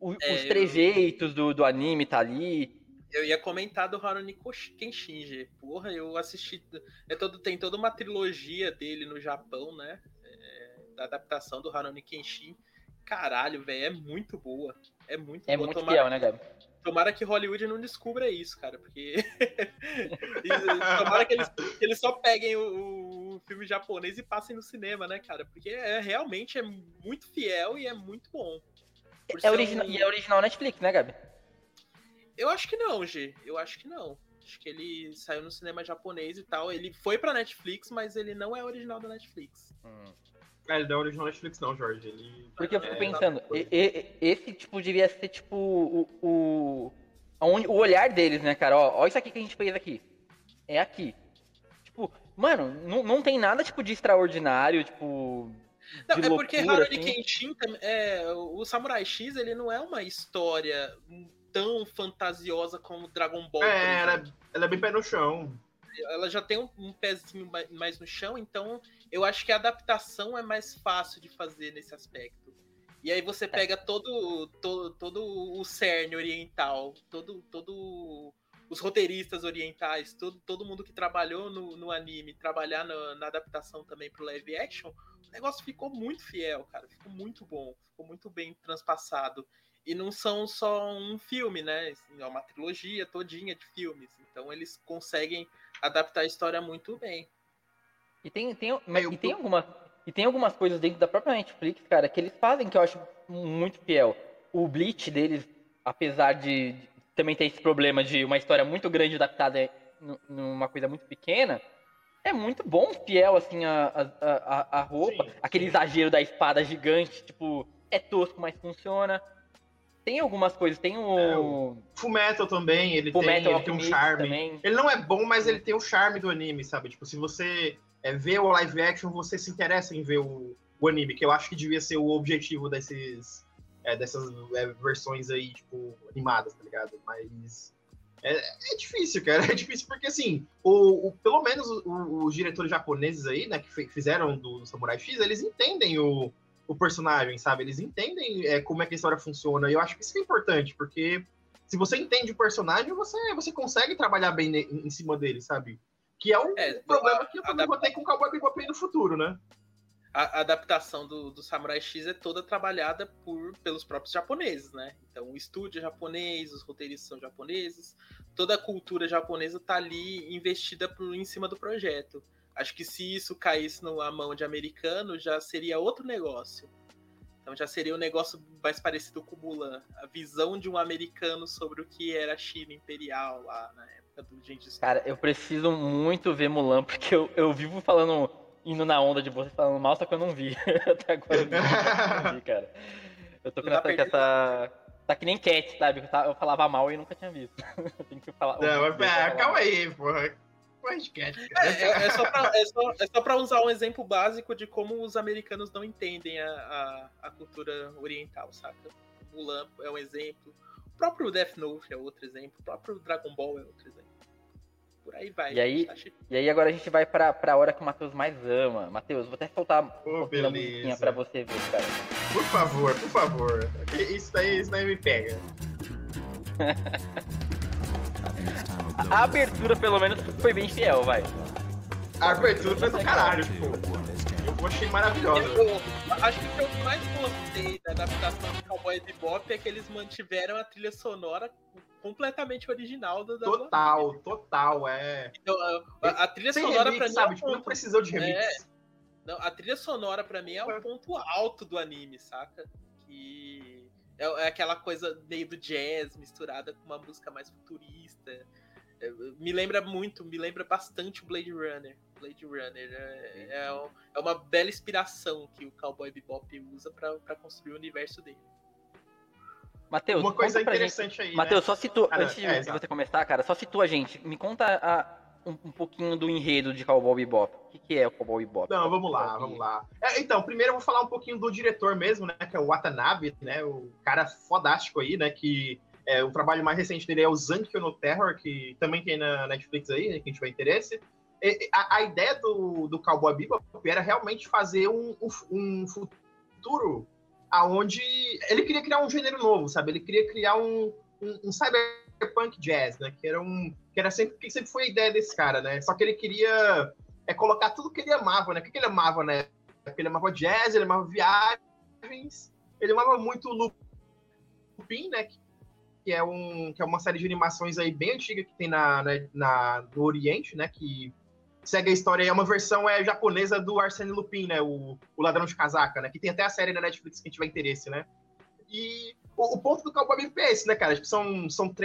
os trejeitos do anime tá ali. Eu ia comentar do Rurouni Kenshin, G. Porra, eu assisti. Tem toda uma trilogia dele no Japão, né? Da adaptação do Rurouni Kenshin. Caralho, velho, é muito boa. É muito boa. Muito fiel, né, Gabi? Tomara que Hollywood não descubra isso, cara, porque. Tomara que eles só peguem o filme japonês e passem no cinema, né, cara? Porque realmente é muito fiel e é muito bom. E é original Netflix, né, Gabi? Eu acho que não, G. Eu acho que não. Acho que ele saiu no cinema japonês e tal. Ele foi pra Netflix, mas ele não é original da Netflix. Ele não é original Netflix, não, Jorge. Porque eu fico pensando, esse tipo devia ser tipo o olhar deles, né, cara? Ó, isso aqui que a gente fez aqui. É aqui. Tipo, mano, não tem nada tipo de extraordinário, tipo. Não, de é loucura, porque Rurouni assim. Kenshin, o Samurai X, ele não é uma história tão fantasiosa como Dragon Ball. Ela é bem pé no chão. Ela já tem um pezinho mais no chão, então eu acho que a adaptação é mais fácil de fazer nesse aspecto. E aí você pega todo o cerne oriental, todo os roteiristas orientais, todo mundo que trabalhou no anime, trabalhar na adaptação também pro live action, o negócio ficou muito fiel, cara. Ficou muito bom, ficou muito bem transpassado. E não são só um filme, né? Assim, é uma trilogia todinha de filmes. Então eles conseguem adaptar a história muito bem. E tem algumas coisas dentro da própria Netflix, cara, que eles fazem que eu acho muito fiel. O Bleach deles, apesar de também ter esse problema de uma história muito grande adaptada numa coisa muito pequena, é muito bom, fiel, assim, a roupa. Sim, aquele exagero da espada gigante, tipo, é tosco, mas funciona. Tem algumas coisas, tem o Fullmetal também, ele tem um charme. Também. Ele não é bom, mas ele tem o charme do anime, sabe? Tipo, se você vê o live action, você se interessa em ver o anime, que eu acho que devia ser o objetivo dessas versões aí, tipo, animadas, tá ligado? Mas é difícil, cara. É difícil porque, assim, pelo menos os diretores japoneses aí, né, que fizeram do Samurai X, eles entendem o personagem, sabe? Eles entendem como é que a história funciona. E eu acho que isso é importante, porque se você entende o personagem, você consegue trabalhar bem em cima dele, sabe? Que é um problema que eu também vou ter com o Cowboy Bebop no futuro, né? A adaptação do Samurai X é toda trabalhada pelos próprios japoneses, né? Então o estúdio é japonês, os roteiristas são japoneses, toda a cultura japonesa tá ali investida em cima do projeto. Acho que se isso caísse na mão de americano, já seria outro negócio. Então já seria um negócio mais parecido com Mulan. A visão de um americano sobre o que era a China imperial lá na época do Gengis Khan. Cara, eu preciso muito ver Mulan, porque eu vivo indo na onda de você falando mal, só que eu não vi. Até agora eu não vi, cara. Eu tô com tá que nem Cat, sabe? Eu falava mal e nunca tinha visto. Tem que falar. Não, mas calma aí, porra. É só pra usar um exemplo básico de como os americanos não entendem a cultura oriental, saca? Mulan é um exemplo. O próprio Death Note é outro exemplo. O próprio Dragon Ball é outro exemplo. Por aí vai. E aí agora a gente vai pra hora que o Matheus mais ama. Matheus, vou até soltar uma musiquinha pra você ver, cara. Por favor. Isso daí me pega. A abertura, pelo menos, foi bem fiel, vai. A abertura foi do caralho, tipo. Eu achei maravilhosa. Acho que o que eu mais gostei da adaptação de Cowboy Bebop é que eles mantiveram a trilha sonora completamente original da Total, é. Então, a trilha sonora remix, pra mim sabe? Tipo, não precisou de remix. Não, a trilha sonora pra mim é o ponto alto do anime, saca? Que é aquela coisa meio do jazz misturada com uma música mais futurista. Me lembra bastante o Blade Runner. Blade Runner é uma bela inspiração que o Cowboy Bebop usa pra construir o universo dele. Matheus, uma coisa interessante aí, Matheus, né? só situa, antes de você começar, cara, só situa a gente. Me conta um pouquinho do enredo de Cowboy Bebop. O que é o Cowboy Bebop? Não, vamos lá. Então, primeiro eu vou falar um pouquinho do diretor mesmo, né? Que é o Watanabe, né? O cara fodástico aí, né? Que o trabalho mais recente dele é o Zankyo no Terror, que também tem na Netflix aí, né, quem tiver interesse. A ideia do Cowboy Bebop era realmente fazer um futuro aonde ele queria criar um gênero novo, sabe? Ele queria criar um cyberpunk jazz, né? Que era sempre foi a ideia desse cara, né? Só que ele queria colocar tudo que ele amava, né? O que ele amava, né? Ele amava jazz, ele amava viagens, ele amava muito Lupin, né? Que é uma série de animações aí bem antiga que tem no Oriente, né? Que segue a história, é uma versão japonesa do Arsène Lupin, né? O Ladrão de Casaca, né? Que tem até a série na Netflix, quem tiver interesse, né? E o ponto do Cowboy Bebop é esse, né, cara? Tipo, são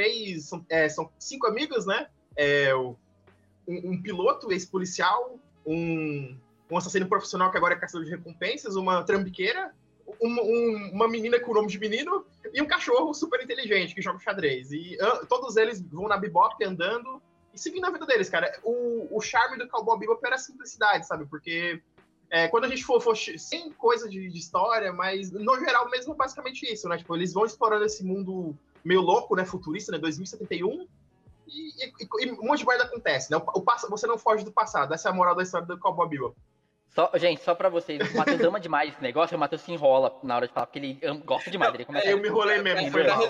5 amigos, né? Um piloto, ex-policial, um assassino profissional que agora é caçador de recompensas, uma trambiqueira, uma menina com o nome de menino e um cachorro super inteligente que joga xadrez. E todos eles vão na Bebop andando e seguindo a vida deles, cara. O charme do Cowboy Bebop era a simplicidade, sabe? Porque quando a gente for sem coisa de história, mas no geral mesmo é basicamente isso, né? Tipo, eles vão explorando esse mundo meio louco, né? Futurista, né? 2071. E um monte de merda acontece, né? Você não foge do passado. Essa é a moral da história do Cowboy Bebop. Gente, só pra vocês, o Matheus ama demais esse negócio, e o Matheus se enrola na hora de falar, porque ele gosta demais. Ele começa eu me enrolei mesmo, foi mal,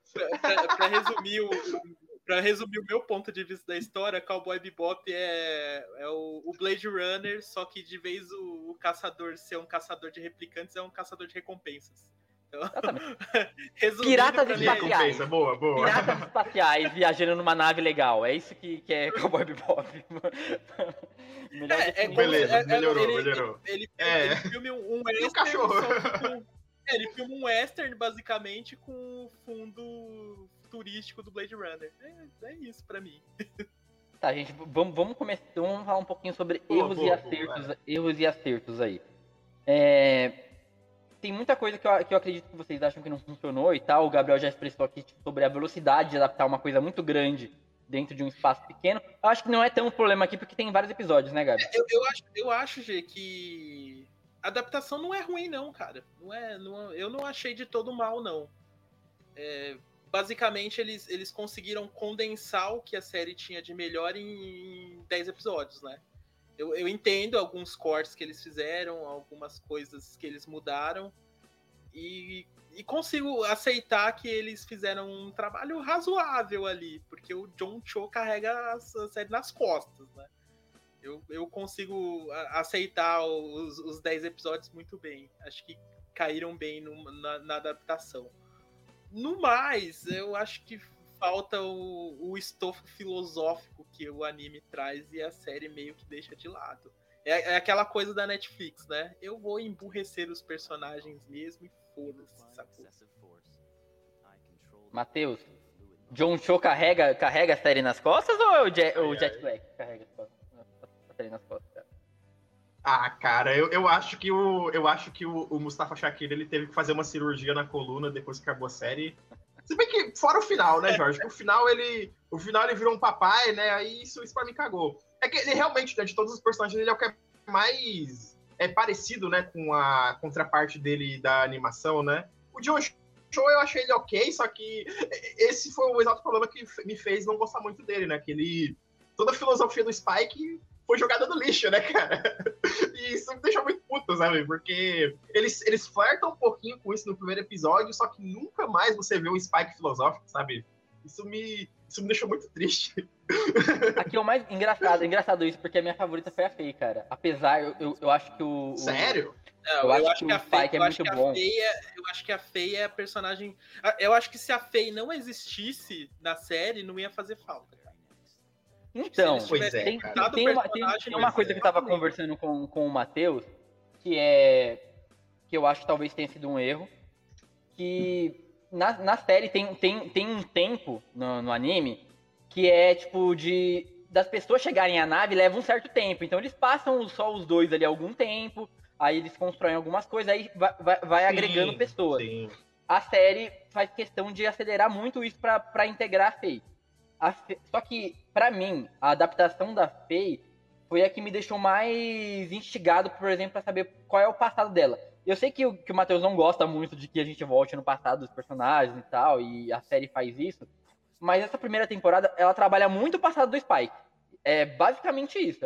Pra resumir o meu ponto de vista da história, Cowboy Bebop é o Blade Runner, só que de vez o caçador ser um caçador de replicantes, é um caçador de recompensas. Então, Piratas espaciais. Boa. Piratas espaciais viajando numa nave legal. É isso que é Cowboy Bebop. Beleza, melhorou. Ele filma um western. Cachorro. Ele filma um western, basicamente, com o fundo turístico do Blade Runner. É isso pra mim. Tá, gente, vamos começar. Vamos falar um pouquinho sobre erros e acertos aí. Tem muita coisa que eu acredito que vocês acham que não funcionou e tal. O Gabriel já expressou aqui sobre a velocidade de adaptar uma coisa muito grande dentro de um espaço pequeno. Eu acho que não é tão um problema aqui, porque tem vários episódios, né, Gabi? Eu acho, Gê, que a adaptação não é ruim, não, cara. Eu não achei de todo mal, não. Basicamente, eles conseguiram condensar o que a série tinha de melhor em 10 episódios, né? Eu entendo alguns cortes que eles fizeram, algumas coisas que eles mudaram, e consigo aceitar que eles fizeram um trabalho razoável ali, porque o John Cho carrega a série nas costas, né? Eu consigo aceitar os 10 episódios muito bem. Acho que caíram bem na adaptação. No mais, eu acho que falta o estofo filosófico que o anime traz e a série meio que deixa de lado. É aquela coisa da Netflix, né? Eu vou emburrecer os personagens mesmo e foda-se, sacou? Matheus, John Cho carrega a série nas costas ou é o Jack Black que carrega a série nas costas, cara? Ah, cara, eu acho que o Mustafa Shakir ele teve que fazer uma cirurgia na coluna depois que acabou a série. Se bem que, fora o final, né, Jorge? O final ele virou um papai, né? Aí isso pra mim cagou. É que ele realmente, né, de todos os personagens, ele é o que é mais parecido, né, com a contraparte dele da animação, né? O John Cho eu achei ele ok, só que esse foi o exato problema que me fez não gostar muito dele, né? Que toda a filosofia do Spike foi jogada no lixo, né, cara? E isso me deixou muito puto, sabe? Porque eles flertam um pouquinho com isso no primeiro episódio, só que nunca mais você vê um Spike filosófico, sabe? Isso me deixou muito triste. Aqui é o mais engraçado isso, porque a minha favorita foi a Faye, cara. Apesar, eu acho que o... Sério? Eu acho que o Spike é muito bom. Eu acho que a Faye é a personagem... Eu acho que se a Faye não existisse na série, não ia fazer falta. Então, tem uma coisa que eu tava conversando com o Matheus, que eu acho que talvez tenha sido um erro, que na série tem um tempo no anime que é tipo das pessoas chegarem à nave leva um certo tempo, então eles passam só os dois ali algum tempo, aí eles constroem algumas coisas, aí vai agregando pessoas. Sim. A série faz questão de acelerar muito isso pra integrar a Faye. Só que, pra mim, a adaptação da Faye foi a que me deixou mais instigado, por exemplo, pra saber qual é o passado dela. Eu sei que o Matheus não gosta muito de que a gente volte no passado dos personagens e tal, e a série faz isso, mas essa primeira temporada, ela trabalha muito o passado do Spike. É basicamente isso,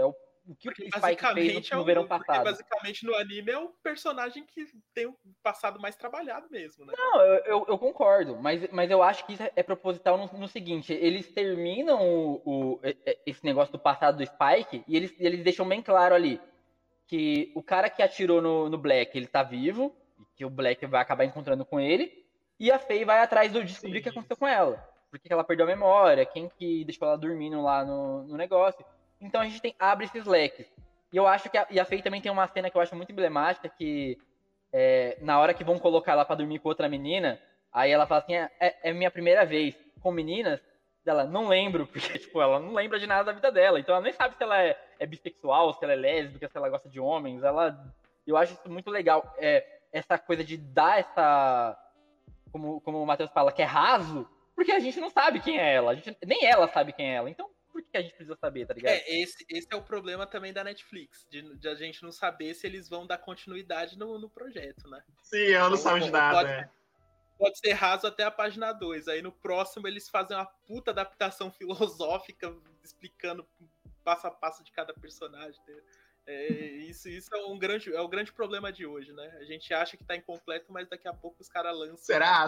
o que o Porque Spike fez no verão porque passado. basicamente no anime é o personagem que tem o passado mais trabalhado mesmo, né? Não, eu concordo, mas eu acho que isso é proposital no seguinte, eles terminam esse negócio do passado do Spike e eles deixam bem claro ali que o cara que atirou no Black, ele tá vivo, e que o Black vai acabar encontrando com ele, e a Faye vai atrás do descobrir o que aconteceu com ela. Por que ela perdeu a memória, quem que deixou ela dormindo lá no negócio. Então a gente abre esses leques. E eu acho que a Faye também tem uma cena que eu acho muito emblemática, que na hora que vão colocar ela pra dormir com outra menina, aí ela fala assim, é minha primeira vez com meninas, dela, não lembro, porque, tipo, ela não lembra de nada da vida dela, então ela nem sabe se ela é bissexual, se ela é lésbica, se ela gosta de homens, eu acho isso muito legal, essa coisa de dar essa, como o Matheus fala, que é raso, porque a gente não sabe quem é ela, nem ela sabe quem é ela, então por que a gente precisa saber, tá ligado? Esse é o problema também da Netflix, de a gente não saber se eles vão dar continuidade no projeto, né? Sim, ela não sabe de nada, Pode ser raso até a página 2. Aí no próximo eles fazem uma puta adaptação filosófica explicando passo a passo de cada personagem. Isso é o grande problema de hoje, né? A gente acha que tá incompleto, mas daqui a pouco os caras lançam. Será?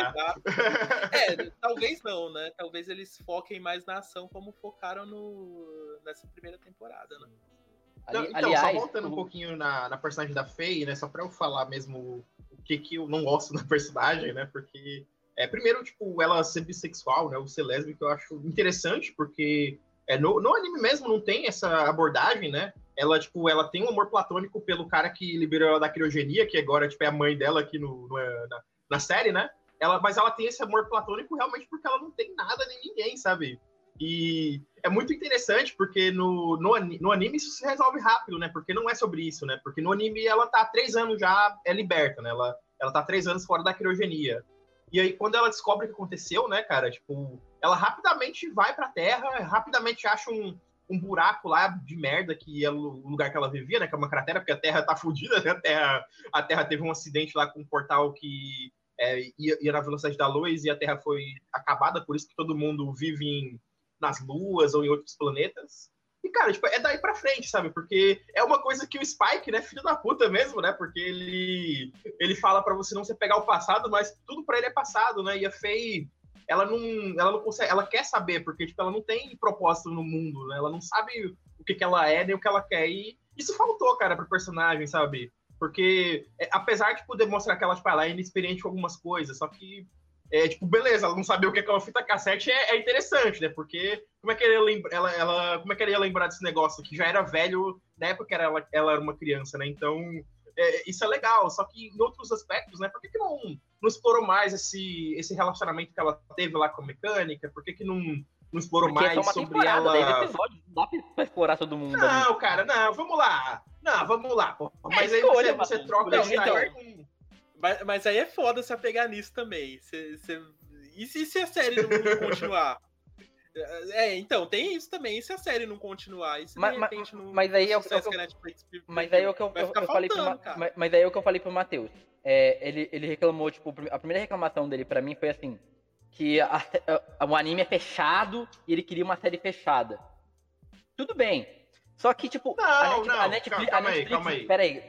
Talvez não, né? Talvez eles foquem mais na ação como focaram nessa primeira temporada, né? Então, aliás, só voltando um pouquinho na personagem da Faye, né? Só pra eu falar mesmo o que eu não gosto da personagem, né? Porque, primeiro, tipo, ela ser bissexual, né? Ou ser lésbica, eu acho interessante, porque no anime mesmo não tem essa abordagem, né? Ela, tipo, ela tem um amor platônico pelo cara que liberou ela da criogenia, que agora, tipo, é a mãe dela aqui na série, né? Mas ela tem esse amor platônico realmente porque ela não tem nada nem ninguém, sabe? E é muito interessante porque no anime isso se resolve rápido, né? Porque não é sobre isso, né? Porque no anime ela tá há 3 anos já liberta, né? Ela tá há 3 anos fora da criogenia. E aí quando ela descobre o que aconteceu, né, cara? Tipo, ela rapidamente vai pra Terra, rapidamente acha um buraco lá de merda que é o lugar que ela vivia, né? Que é uma cratera, porque a Terra tá fodida, né? A Terra teve um acidente lá com um portal que ia na velocidade da luz e a Terra foi acabada, por isso que todo mundo vive nas luas ou em outros planetas. E, cara, tipo, é daí pra frente, sabe? Porque é uma coisa que o Spike, né, filho da puta mesmo, né? Porque ele fala pra você não se pegar o passado, mas tudo pra ele é passado, né? E a Faye, ela não consegue, ela quer saber, porque, tipo, ela não tem propósito no mundo, né? Ela não sabe o que ela é, nem o que ela quer. E isso faltou, cara, pro personagem, sabe? Porque, apesar de poder mostrar que ela é inexperiente com algumas coisas, só que tipo, beleza, ela não sabia o que é uma fita cassete é interessante, né? Porque como é que como é que ela ia lembrar desse negócio que já era velho na época que ela era uma criança, né? Então, isso é legal. Só que em outros aspectos, né? Por que não explorou mais esse relacionamento que ela teve lá com a mecânica? Por que não explorou porque mais sobre ela? 10 episódios, não dá pra explorar todo mundo. Não, ali. Cara, não, vamos lá. Não, vamos lá, pô. Mas aí você troca isso aí com... Mas aí é foda se apegar nisso também. E se a série não continuar? Então, tem isso também. E se a série não continuar? E se de repente não... Mas aí é o que eu falei pro Matheus. Ele reclamou, tipo, a primeira reclamação dele pra mim foi assim, que o anime é fechado e ele queria uma série fechada. Tudo bem. Só que, tipo, a Netflix... Calma aí. Peraí.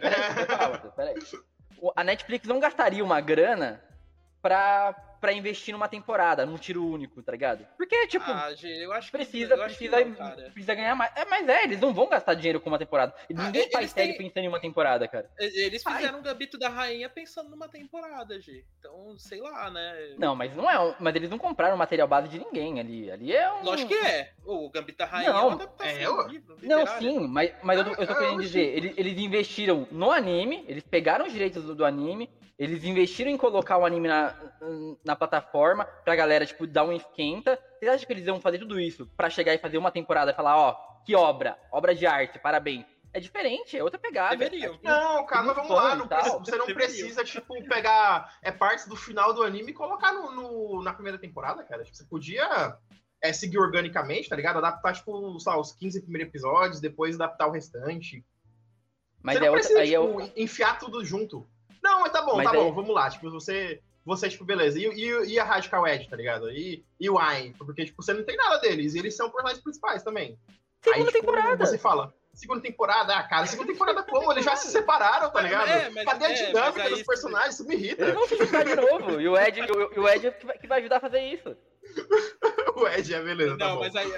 A Netflix não gastaria uma grana pra investir numa temporada, num tiro único, tá ligado? Porque, tipo, eu acho precisa ganhar mais. Mas eles não vão gastar dinheiro com uma temporada. Ninguém faz série pensando em uma temporada, cara. Eles fizeram um Gambito da Rainha pensando numa temporada, G. Então, sei lá, né? Não, mas não é. Mas eles não compraram material base de ninguém ali. Ali é um. Lógico que é. O Gambito da Rainha é uma adaptação do livro. Não, sim, mas eu tô querendo dizer, eles investiram no anime, eles pegaram os direitos do anime. Eles investiram em colocar o anime na plataforma pra galera, tipo, dar um esquenta. Vocês acham que eles iam fazer tudo isso pra chegar e fazer uma temporada e falar, ó, que obra de arte, parabéns. É diferente, é outra pegada. Deveriam. Não, cara, mas vamos lá. Você não precisa, tipo, pegar partes do final do anime e colocar na primeira temporada, cara. Tipo, você podia seguir organicamente, tá ligado? Adaptar, tipo, sei lá, os 15 primeiros episódios, depois adaptar o restante. Mas você não precisa, enfiar tudo junto. Não, mas tá bom, vamos lá. Tipo, você tipo, beleza. E a Radical Edge, tá ligado? E o Ayn, porque, tipo, você não tem nada deles. E eles são personagens principais também. Segunda temporada. Você fala, segunda temporada. Ah, cara, segunda temporada como? Eles já se separaram, tá ligado? Cadê a dinâmica dos personagens? Isso me irrita. Eles vão se juntar de novo. E o Ed que vai ajudar a fazer isso. O Ed é beleza, tá Não, bom. mas aí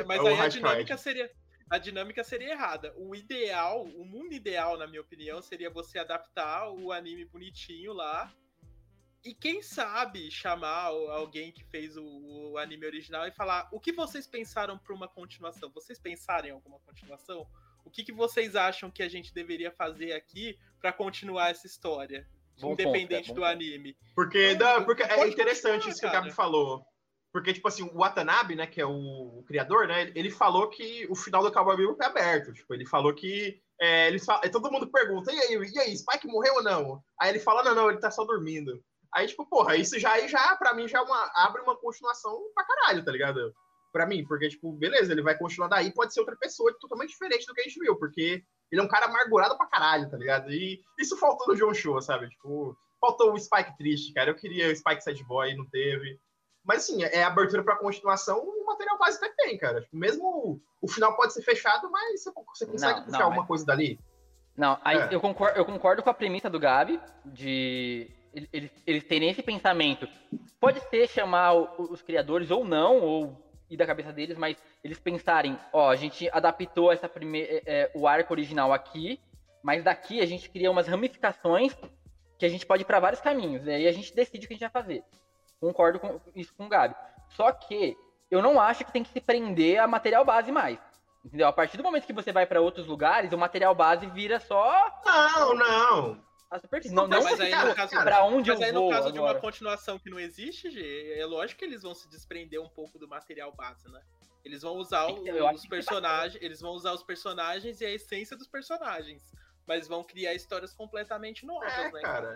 a dinâmica seria errada. O ideal, o mundo ideal, na minha opinião, seria você adaptar o anime bonitinho lá e quem sabe chamar alguém que fez o anime original e falar o que vocês pensaram para uma continuação? Vocês pensaram em alguma continuação? O que vocês acham que a gente deveria fazer aqui para continuar essa história? Independente do anime. Porque é interessante isso que o Gabi falou. Porque, tipo assim, o Watanabe, né, que é o criador, né, ele falou que o final do Cowboy Bebop é aberto. Tipo, ele falou que... todo mundo pergunta, e aí, Spike morreu ou não? Aí ele fala, não, ele tá só dormindo. Aí, tipo, porra, isso já pra mim, já abre uma continuação pra caralho, tá ligado? Pra mim, porque, tipo, beleza, ele vai continuar daí, pode ser outra pessoa totalmente diferente do que a gente viu, porque ele é um cara amargurado pra caralho, tá ligado? E isso faltou no John Show, sabe? Tipo, faltou o Spike triste, cara. Eu queria o Spike sad boy, não teve. Mas, assim, é abertura pra continuação, o material base até tem, cara. Tipo, mesmo o final pode ser fechado, mas você consegue puxar alguma coisa dali. Não, aí eu concordo com a premissa do Gabi, de eles terem esse pensamento. Pode ser chamar os criadores ou não, ou ir da cabeça deles, mas eles pensarem, a gente adaptou o arco original aqui, mas daqui a gente cria umas ramificações que a gente pode ir pra vários caminhos, e aí a gente decide o que a gente vai fazer. Concordo com isso com o Gabi. Só que eu não acho que tem que se prender a material base mais. Entendeu? A partir do momento que você vai pra outros lugares, o material base vira só... Não. A superfície. Não, mas aí no caso, pra onde mas eu aí vou no caso agora. de uma continuação que não existe, Gê, é lógico que eles vão se desprender um pouco do material base, né? Eles vão usar os personagens, eles vão usar os personagens e a essência dos personagens, mas vão criar histórias completamente novas, né? Cara.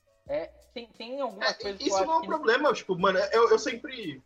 Tem algumas coisas que isso não é um problema, tipo, mano, eu sempre...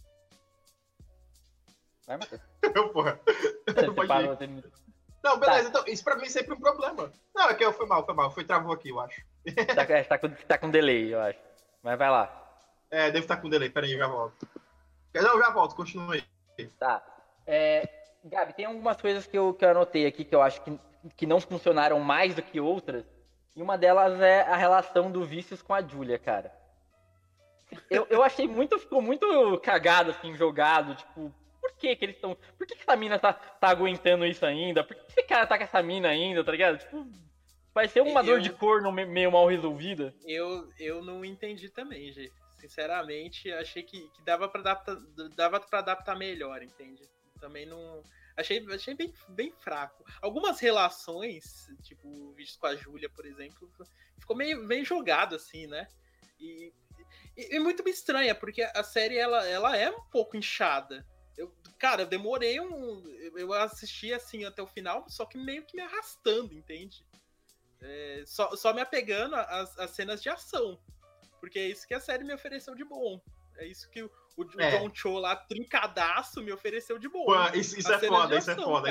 Vai, Matheus. Porra. Você parou, Não, beleza, então, isso pra mim é sempre um problema. Não, é que foi mal, travou aqui, eu acho. Tá com delay, eu acho. Mas vai lá. Deve estar com delay, peraí, já volto. Não, já volto, continua aí. Tá. Gabi, tem algumas coisas que eu anotei aqui que eu acho que não funcionaram mais do que outras. E uma delas é a relação do Vícios com a Julia, cara. Eu achei ficou muito cagado, assim, jogado, tipo... Por que eles estão... Por que essa mina tá aguentando isso ainda? Por que esse cara tá com essa mina ainda, tá ligado? Tipo, vai ser uma dor de corno meio mal resolvida. Eu não entendi também, gente. Sinceramente, achei que dava pra adaptar melhor, entende? Também não... Achei bem fraco. Algumas relações, tipo, o vídeo com a Júlia, por exemplo, ficou meio jogado, assim, né? E muito estranha, porque a série, ela é um pouco inchada. Eu demorei eu assisti assim até o final, só que meio que me arrastando, entende? Só me apegando às cenas de ação. Porque é isso que a série me ofereceu de bom. É isso que o John Cho lá, trincadaço, me ofereceu de bom. Pô, isso é foda, isso é foda.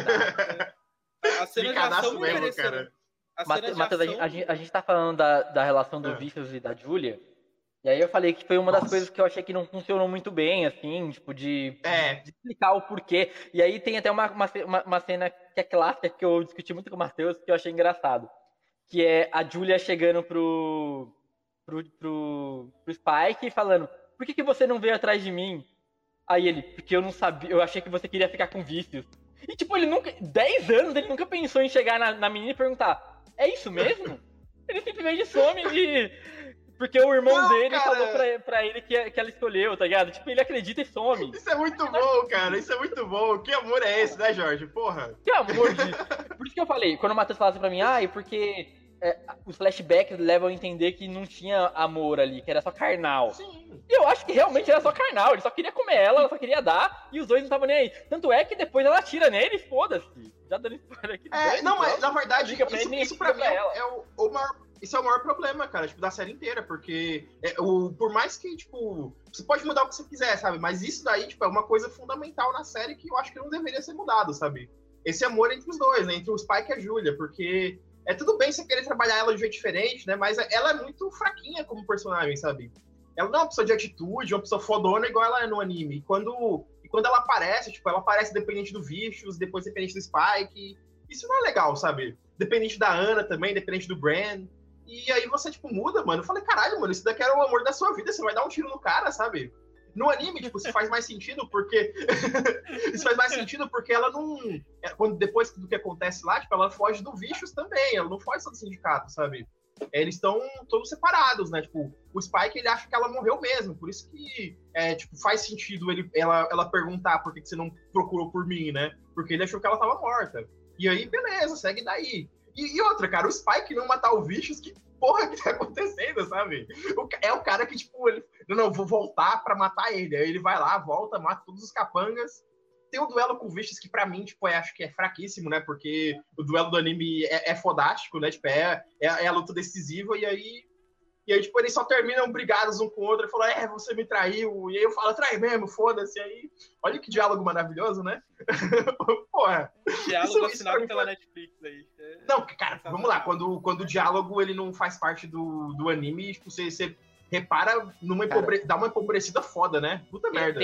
A cena de ação me ofereceu. Cara. Matheus, a gente tá falando da relação do Vícios e da Julia. E aí eu falei que foi uma das coisas que eu achei que não funcionou muito bem, assim, tipo, de explicar o porquê. E aí tem até uma cena que é clássica, que eu discuti muito com o Matheus, que eu achei engraçado. Que é a Julia chegando pro Spike e falando, por que você não veio atrás de mim? Aí ele, porque eu não sabia, eu achei que você queria ficar com Vícios. E tipo, 10 anos, ele nunca pensou em chegar na menina e perguntar, é isso mesmo? Ele simplesmente some porque o irmão dele falou pra ele que ela escolheu, tá ligado? Tipo, ele acredita e some. Isso é muito bom, cara. Isso é muito bom. Que amor é esse, né, Jorge? Porra. Que amor disso. Por isso que eu falei, quando o Matheus falasse pra mim, porque os flashbacks levam a entender que não tinha amor ali, que era só carnal. Sim. E eu acho que realmente era só carnal. Ele só queria comer ela só queria dar, e os dois não estavam nem aí. Tanto é que depois ela atira nele e foda-se. Já dando spoiler aqui. Não, mas na verdade, isso pra mim é o maior... Isso é o maior problema, cara, tipo, da série inteira, porque por mais que, tipo, você pode mudar o que você quiser, sabe? Mas isso daí, tipo, é uma coisa fundamental na série que eu acho que não deveria ser mudado, sabe? Esse amor entre os dois, né? Entre o Spike e a Julia, porque tudo bem você querer trabalhar ela de um jeito diferente, né? Mas ela é muito fraquinha como personagem, sabe? Ela não é uma pessoa de atitude, uma pessoa fodona igual ela é no anime. E quando ela aparece, tipo, ela aparece dependente do Vicious, depois dependente do Spike... Isso não é legal, sabe? Dependente da Ana também, dependente do Bran. E aí você, tipo, muda, mano. Eu falei, caralho, mano, isso daqui era o amor da sua vida, você vai dar um tiro no cara, sabe? No anime, tipo, isso faz mais sentido porque... isso faz mais sentido porque ela não... Depois do que acontece lá, tipo, ela foge do Vicious também, ela não foge só do sindicato, sabe? Eles estão todos separados, né? Tipo, o Spike, ele acha que ela morreu mesmo, por isso que, tipo, faz sentido ela perguntar por que você não procurou por mim, né? Porque ele achou que ela tava morta. E aí, beleza, segue daí. E outra, cara, o Spike não matar o Vicious, que porra que tá acontecendo, sabe? É o cara que, tipo, ele... Não, vou voltar pra matar ele. Aí ele vai lá, volta, mata todos os capangas. Tem o duelo com o Vicious, que pra mim, tipo, acho que é fraquíssimo, né? Porque o duelo do anime é fodástico, né? Tipo, é a luta decisiva, e aí, tipo, eles só terminam brigados um com o outro, e falam, você me traiu, e aí eu falo, trai mesmo, foda-se, e aí, olha que diálogo maravilhoso, né? Porra. Diálogo assinado pela Netflix aí. Não, cara, vamos lá, quando o diálogo, ele não faz parte do anime, tipo, você repara dá uma empobrecida foda, né? Puta merda.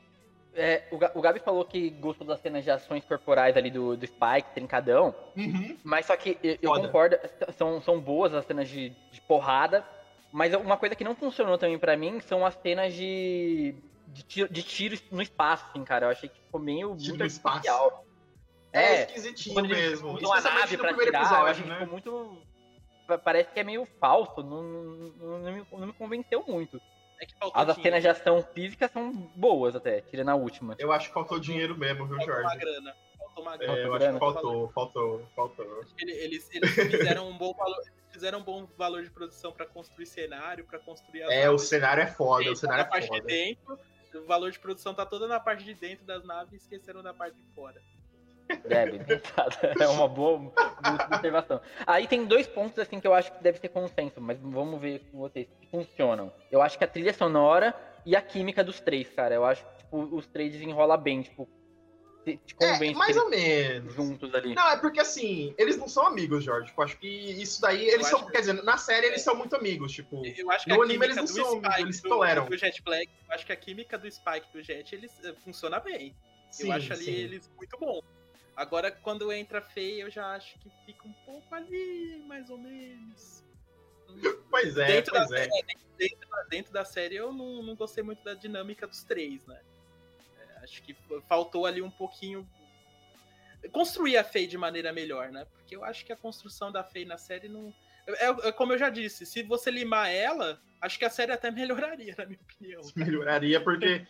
O Gabi falou que gostou das cenas de ações corporais ali do Spike, trincadão. Uhum. Mas só que eu concordo, são boas as cenas de porrada. Mas uma coisa que não funcionou também pra mim são as cenas de tiros no espaço, assim, cara. Eu achei que ficou meio muito artificial. Esquisitinho mesmo. Usam a nave pra tirar, episódio, eu achei que ficou muito... Parece que é meio falso, não me convenceu muito. É que faltou as cenas de ação física são boas até, tirando a última. Eu acho que faltou dinheiro mesmo, viu, Jorge? Faltou uma grana. Eu acho que faltou. Eles fizeram um bom valor. Fizeram um bom valor de produção pra construir cenário, pra construir as naves. O cenário é foda, o cenário é foda. De dentro, o valor de produção tá toda na parte de dentro das naves e esqueceram da parte de fora. Bem pensado. É uma boa observação. Aí tem 2 pontos assim que eu acho que deve ter consenso, mas vamos ver com vocês que funcionam. Eu acho que a trilha sonora e a química dos 3, cara. Eu acho que tipo, os 3 desenrolam bem, tipo, te convence mais ou menos juntos ali. Não, é porque assim, eles não são amigos, Jorge. Tipo, acho que isso daí, eles são, quer dizer, na série eles são muito amigos, tipo, eu acho que no anime eles não são amigos, eles se toleram. Do Jet Black, eu acho que a química do Spike e do Jet, eles funciona bem. Eu acho ali eles muito bom. Agora, quando entra Faye, eu já acho que fica um pouco ali, mais ou menos. Pois é. Dentro da série, eu não gostei muito da dinâmica dos 3, né? Acho que faltou ali um pouquinho... construir a Faye de maneira melhor, né? Porque eu acho que a construção da Faye na série não... como eu já disse, se você limar ela, acho que a série até melhoraria, na minha opinião. Melhoraria, porque...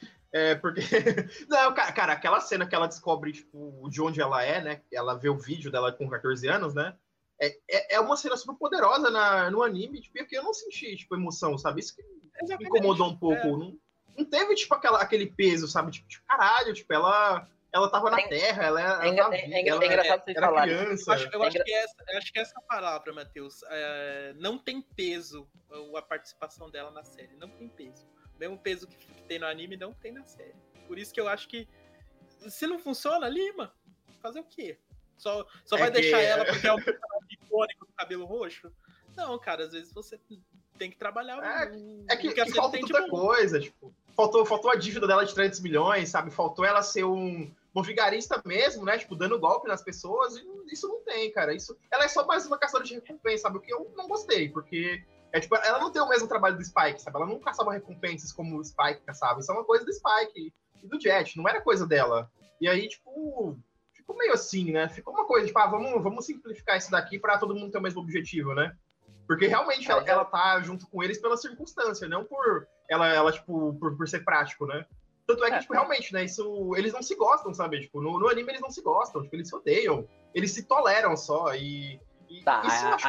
Não, cara, aquela cena que ela descobre, tipo, de onde ela é, né? Ela vê o vídeo dela com 14 anos, né? É uma cena super poderosa no anime, tipo, porque eu não senti, tipo, emoção, sabe? Isso que me incomodou um pouco. Não teve, tipo, aquele peso, sabe? Tipo, caralho, tipo, ela tava na Terra, ela engraçado vocês falarem. Criança. Eu acho que essa palavra, Matheus, não tem peso a participação dela na série, não tem peso. O mesmo peso que tem no anime não tem na série. Por isso que eu acho que se não funciona, lima. Fazer o quê? Só vai deixar ela porque é um personagem icônico do cabelo roxo? Não, cara, às vezes você tem que trabalhar que falta tanta coisa, tipo, faltou a dívida dela de 300 milhões, sabe? Faltou ela ser um vigarista mesmo, né? Tipo, dando golpe nas pessoas, e isso não tem, cara. Ela é só mais uma caçadora de recompensa, sabe? O que eu não gostei, porque tipo, ela não tem o mesmo trabalho do Spike, sabe? Ela não caçava recompensas como o Spike caçava. Isso é uma coisa do Spike e do Jet, não era coisa dela. E aí, tipo, ficou meio assim, né? Ficou uma coisa, tipo, vamos simplificar isso daqui pra todo mundo ter o mesmo objetivo, né? Porque realmente ela tá junto com eles pela circunstância, não por ela tipo, por ser prático, né? Tanto é que, tipo, realmente, né, eles não se gostam, sabe? Tipo, no anime eles não se gostam, tipo, eles se odeiam, eles se toleram só, Tá,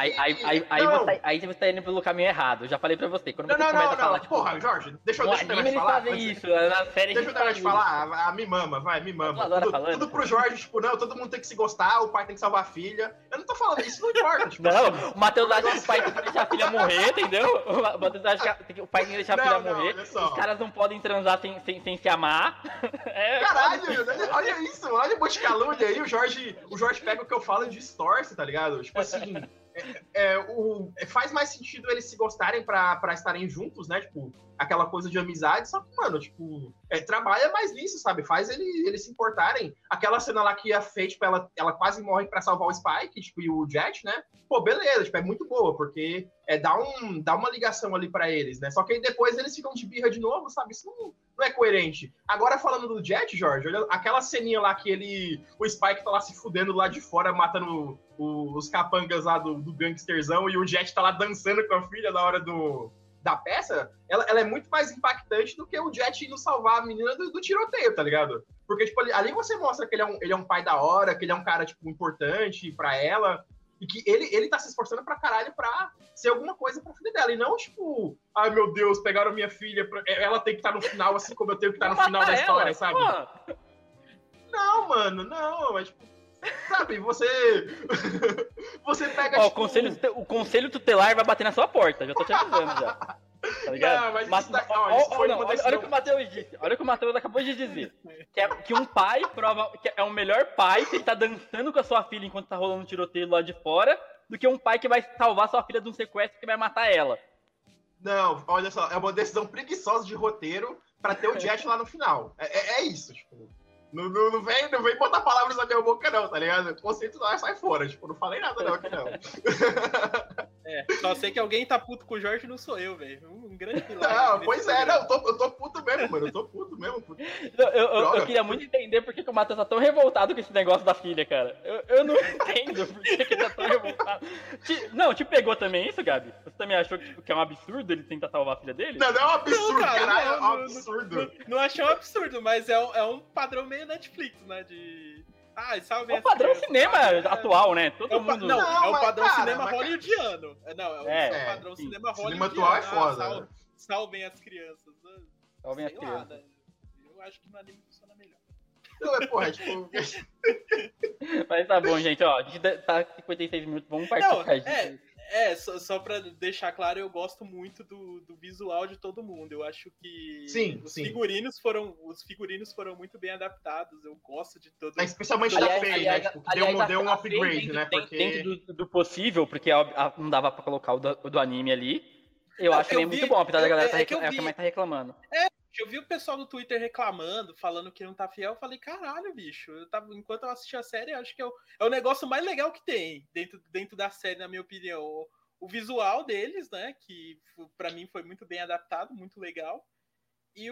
aí você tá indo pelo caminho errado. Eu já falei pra você. Quando você começa a falar, tipo, porra, Jorge, deixa eu terminar de falar. Isso, na série deixa eu terminar de falar. Me mama. Tudo pro Jorge, tipo, não, todo mundo tem que se gostar, o pai tem que salvar a filha. Eu não tô falando isso, não importa. Tipo, não, o Matheus acha que o pai tem que deixar a filha morrer, entendeu? O Matheus acha que o pai tem que deixar a filha morrer. Os caras não podem transar sem se amar. Caralho, olha isso, olha o monte de calúnia aí. O Jorge pega o que eu falo e distorce, tá ligado? Tipo assim, faz mais sentido eles se gostarem pra estarem juntos, né? Tipo, aquela coisa de amizade, só que, mano, tipo, trabalha mais nisso, sabe? Faz eles se importarem. Aquela cena lá que a Faye, tipo, ela quase morre pra salvar o Spike, tipo, e o Jet, né? Pô, beleza, tipo, é muito boa, porque dá uma ligação ali pra eles, né? Só que aí depois eles ficam de birra de novo, sabe? Isso não é coerente. Agora, falando do Jet, Jorge, olha aquela ceninha lá que o Spike tá lá se fudendo lá de fora, matando os capangas lá do gangsterzão, e o Jet tá lá dançando com a filha na hora da peça, ela é muito mais impactante do que o Jet indo salvar a menina do tiroteio, tá ligado? Porque, tipo, ali você mostra que ele é um pai da hora, que ele é um cara, tipo, importante pra ela, e que ele tá se esforçando pra caralho pra ser alguma coisa pra filha dela. E não, tipo, ai meu Deus, pegaram minha filha. Ela tem que estar no final, assim como eu tenho que estar no final da história, sabe? Pô. Não, mano, não. É tipo, sabe, você pega, tipo... o conselho tutelar vai bater na sua porta, já tô te avisando já. Tá ligado? Não, mas olha o que o Matheus disse. Olha o que o Matheus acabou de dizer. Que um pai que é o melhor pai que tá dançando com a sua filha enquanto tá rolando um tiroteio lá de fora, do que um pai que vai salvar sua filha de um sequestro que vai matar ela. Não, olha só, é uma decisão preguiçosa de roteiro pra ter o Jet lá no final. É isso, tipo. Não vem botar palavras na minha boca, não, tá ligado? O conceito lá sai fora, tipo, não falei nada não aqui, não. Só sei que alguém tá puto com o Jorge, não sou eu, velho. Um grande milagre. Não, pois é, não, eu tô puto mesmo, mano, eu tô puto mesmo. Puto. Eu queria muito entender por que o Matheus tá tão revoltado com esse negócio da filha, cara. Eu não entendo por que ele tá tão revoltado. Te pegou também isso, Gabi? Você também achou que é um absurdo ele tentar salvar a filha dele? Não é um absurdo, não, cara, caralho, é um absurdo. Não achei um absurdo, mas é um padrão meio Netflix, né, de... salve é o padrão cinema atual, né? Todo mundo... Não, é o padrão cinema hollywoodiano. Não, é o padrão cinema hollywoodiano. Cinema atual é foda. Salvem as crianças. Salvem as crianças. Eu acho que no anime funciona melhor. Não, porra, tipo... Mas tá bom, gente, ó. A gente tá 56 minutos, vamos partir disso. Só pra deixar claro, eu gosto muito do visual de todo mundo. Eu acho que os figurinos foram muito bem adaptados. Eu gosto de todo mundo. Especialmente da Faye, né? Tipo, que deu um upgrade, né? Dentro do possível, porque não dava pra colocar o do anime ali. Eu acho que é muito bom, apesar da galera tá reclamando. Eu vi o pessoal no Twitter reclamando, falando que não tá fiel. Eu falei, caralho, bicho. Enquanto eu assisti a série, eu acho que é o negócio mais legal que tem dentro da série, na minha opinião. O visual deles, né? Que pra mim foi muito bem adaptado, muito legal. E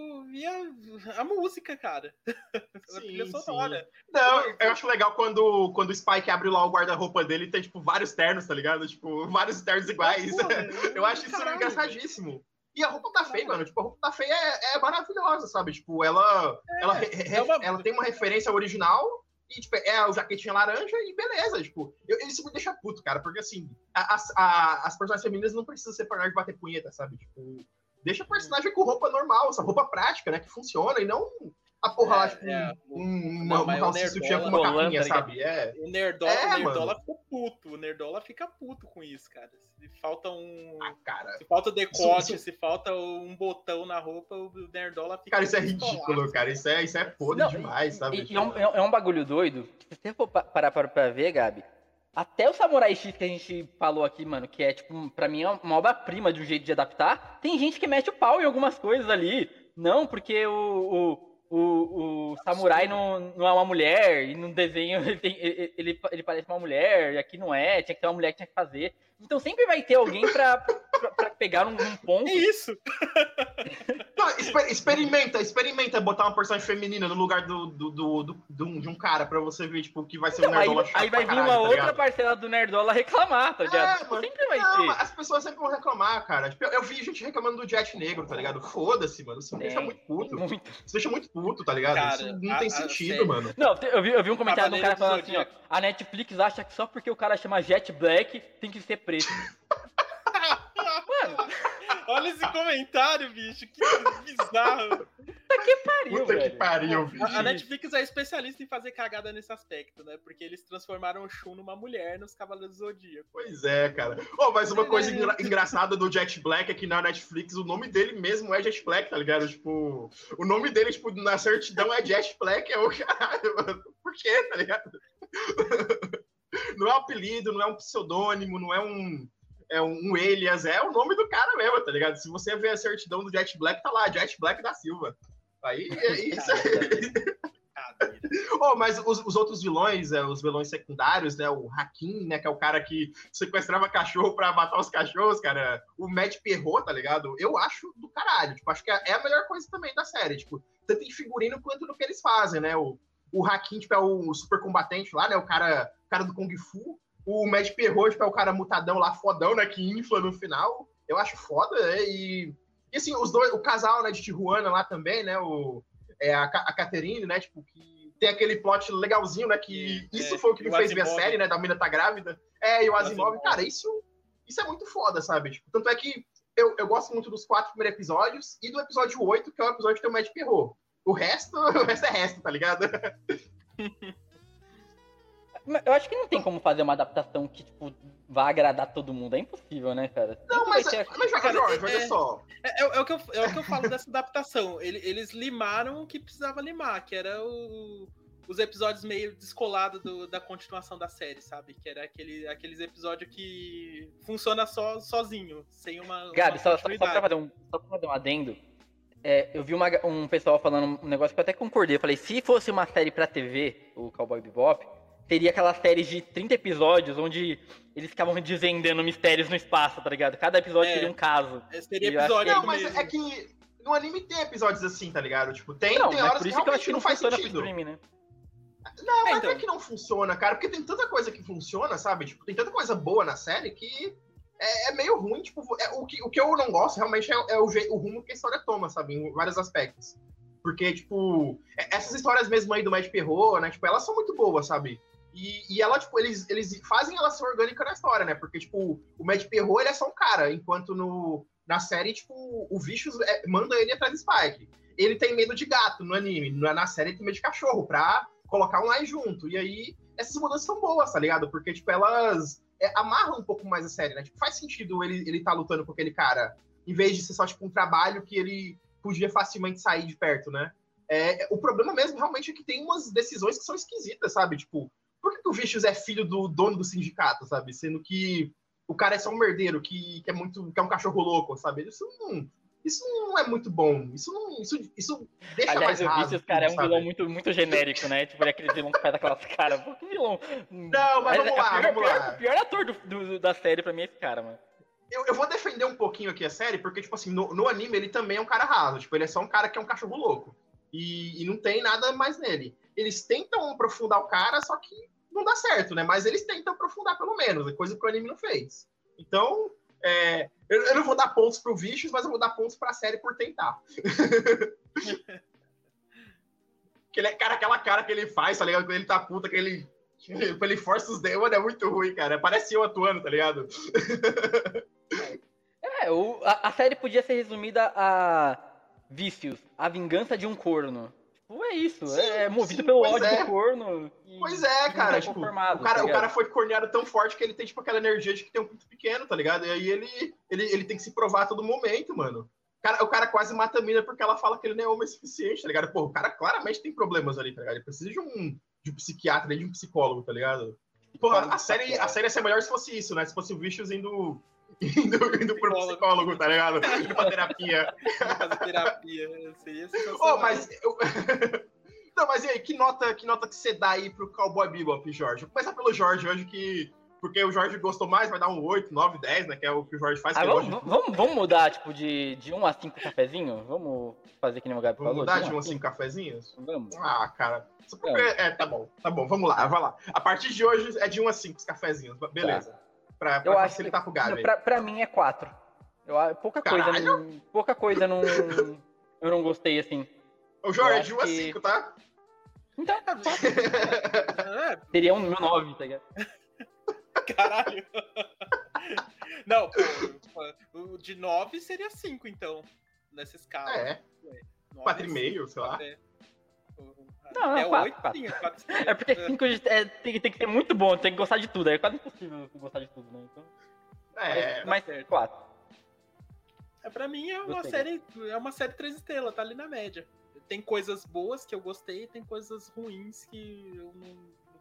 a música, cara. A trilha sonora. Sim. Não, eu acho legal quando o Spike abre lá o guarda-roupa dele e tem, tipo, vários ternos, tá ligado? Tipo, vários ternos iguais. Eu acho isso engraçadíssimo. E a roupa da Faye, mano, tipo, a roupa da Faye é maravilhosa, sabe? Tipo, ela tem uma referência original e, tipo, é o jaquetinha laranja e beleza, tipo, isso me deixa puto, cara, porque, assim, as personagens femininas não precisam ser personagens de bater punheta, sabe? Tipo, deixa a personagem com roupa normal, essa roupa prática, né, que funciona, e não a porra lá, tipo, uma calcinha sutiã com uma capinha, sabe? O Nerdola ficou puto. O Nerdola fica puto com isso, cara. Se falta se falta decote, se falta um botão na roupa, o Nerdola fica... Cara, isso é ridículo, cara. Isso é podre demais, sabe? É um bagulho doido. Se você for parar pra ver, Gabi, até o Samurai X que a gente falou aqui, mano, que é, tipo, pra mim é uma obra-prima de um jeito de adaptar, tem gente que mete o pau em algumas coisas ali. Não, porque o samurai não é uma mulher, e no desenho ele parece uma mulher, e aqui não é, tinha que ter uma mulher que tinha que fazer. Então sempre vai ter alguém pra pegar um ponto. É isso! Não, experimenta botar uma personagem feminina no lugar de um cara pra você ver, tipo, que vai ser um Nerdola chato. Aí vai vir uma outra parcela do Nerdola reclamar, tá ligado? Tipo, sempre vai ter. As pessoas sempre vão reclamar, cara. Tipo, eu vi gente reclamando do Jet Negro, tá ligado? Foda-se, mano. Isso me deixa muito puto. Isso deixa muito puto, tá ligado? Cara, isso não tem sentido, mano. Não, eu vi um comentário de um cara falando assim, ó, a Netflix acha que só porque o cara chama Jet Black tem que ser preto. Mano, olha esse comentário, bicho, que bizarro. Puta que pariu, Puta que pariu, bicho. A Netflix é especialista em fazer cagada nesse aspecto, né? Porque eles transformaram o Shun numa mulher nos Cavaleiros do Zodíaco. Pois é, cara. Mas uma coisa engraçada do Jet Black é que na Netflix o nome dele mesmo é Jet Black, tá ligado? Tipo, o nome dele, tipo, na certidão é Jet Black, é o caralho, mano. Por quê, tá ligado? não é um apelido, não é um pseudônimo, não é um alias, é o nome do cara mesmo, tá ligado? Se você ver a certidão do Jet Black, tá lá, Jet Black da Silva. Aí, isso Oh, mas os outros vilões, os vilões secundários, né? O Hakim, né? Que é o cara que sequestrava cachorro pra matar os cachorros, cara. O Matt Perrot, tá ligado? Eu acho do caralho. Tipo, acho que é a melhor coisa também da série. Tipo, tanto em figurino quanto no que eles fazem, né? O Hakim, tipo, é o super combatente lá, né? O cara do Kung Fu. O Matt Perrot, tipo, é o cara mutadão lá, fodão, né? Que infla no final. Eu acho foda, né? E assim, os dois, o casal, né, de Tijuana lá também, né? A Catherine, né? Tipo, que tem aquele plot legalzinho, né? Que isso foi o que me fez ver a série, né? Da mina tá grávida. E o Asimov. Cara, isso é muito foda, sabe? Tipo, tanto é que eu gosto muito dos 4 primeiros episódios e do episódio 8, que é o episódio que tem o Matt Perrot. O resto é resto, tá ligado? Eu acho que não tem como fazer uma adaptação que, tipo, vá agradar todo mundo. É impossível, né, cara? Não, mas Jorge, olha só. É o que eu falo dessa adaptação. Eles limaram o que precisava limar, que era os episódios meio descolados da continuação da série, sabe? Que era aqueles episódios que funciona sozinho, sem uma Gabi, só continuidade. pra fazer um adendo, eu vi um pessoal falando um negócio que eu até concordei. Eu falei, se fosse uma série pra TV, o Cowboy Bebop, teria aquela série de 30 episódios onde eles ficavam desvendando mistérios no espaço, tá ligado? Cada episódio teria um caso. Seria episódio Não, mas mesmo. é que no anime tem episódios assim, tá ligado? Tipo, tem Não, mas horas por que isso que eu acho que realmente não faz funciona sentido. pro streaming, né? Não, mas então. não é que não funciona, cara, porque tem tanta coisa que funciona, sabe? Tipo, tem tanta coisa boa na série que é meio ruim. Tipo, o que eu não gosto realmente é o rumo que a história toma, sabe? Em vários aspectos. Porque, tipo, essas histórias mesmo aí do Matt Perrot, né? Tipo, elas são muito boas, sabe? E ela, tipo, eles fazem ela ser orgânica na história, né? Porque, tipo, o Matt Perrot, ele é só um cara, enquanto na série, tipo, o Vicious manda ele atrás do Spike. Ele tem medo de gato no anime, na série ele tem medo de cachorro, pra colocar um lá junto. E aí, essas mudanças são boas, tá ligado? Porque, tipo, elas amarram um pouco mais a série, né? Tipo, faz sentido ele tá lutando com aquele cara, em vez de ser só, tipo, um trabalho que ele podia facilmente sair de perto, né? O problema mesmo, realmente, é que tem umas decisões que são esquisitas, sabe? Tipo, por que o Vicious é filho do dono do sindicato, sabe? Sendo que o cara é só um merdeiro, que é um cachorro louco, sabe? Isso não é muito bom. Isso deixa Aliás, mais o raso. Vicious, cara, é um sabe? vilão muito, muito genérico, né? Tipo, ele é aquele vilão que faz aquelas caras. Pô, que vilão. Não, mas vamos lá. O pior ator da série pra mim é esse cara, mano. Eu vou defender um pouquinho aqui a série, porque, tipo assim, no anime ele também é um cara raso. Tipo, ele é só um cara que é um cachorro louco. E não tem nada mais nele. Eles tentam aprofundar o cara, só que não dá certo, né? Mas eles tentam aprofundar pelo menos, coisa que o anime não fez. Então, eu não vou dar pontos pro Vicious, mas eu vou dar pontos pra série por tentar. Aquela cara que ele faz, tá ligado? Quando ele tá puta, que ele força os dedos, é muito ruim, cara. Parece eu atuando, tá ligado? A série podia ser resumida a Vicious, a vingança de um corno. Tipo, é isso. Sim, é movido pelo ódio do corno. Pois é, cara. Tá Tipo, conformado, o cara foi corneado tão forte que ele tem, tipo, aquela energia de que tem um pinto pequeno, tá ligado? E aí ele tem que se provar a todo momento, mano. O cara quase mata a mina porque ela fala que ele não é homem suficiente, tá ligado? Pô, o cara claramente tem problemas ali, tá ligado? Ele precisa de um psiquiatra, de um psicólogo, tá ligado? Porra, a série ia ser melhor se fosse isso, né? Se fosse o Vicious indo pro psicólogo, tá ligado? Indo pra terapia. Fazer terapia. Seria sensacional. Mas não, mas e aí, que nota que você dá aí pro Cowboy Bebop, Jorge? Vou começar pelo Jorge hoje, porque o Jorge gostou mais, vai dar um 8, 9, 10, né? Que é o que o Jorge faz. Vamos mudar, tipo, de 1 a 5 cafezinhos? Vamos fazer que nem o Gabi falou? Vamos mudar de 1 a 5 cafezinhos? Vamos. Ah, cara. Tá bom, vamos lá, vai lá. A partir de hoje é de 1 a 5 os cafezinhos, beleza. Tá. Pra eu facilitar pro Gabi. Pra mim é 4. Pouca coisa não, eu não gostei, assim. O Jorge, de 1 a 5, tá? Então, seria um 9, tá ligado? Caralho. Não, pô, de 9 seria 5, então. Nessa escala. 4,5, sei lá. Não, 8, 4. sim, 4. É porque 5 tem que ser muito bom, tem que gostar de tudo. É quase impossível gostar de tudo, né? Então, mas 4. Pra mim é uma série 3 estrelas, tá ali na média. Tem coisas boas que eu gostei, tem coisas ruins que eu não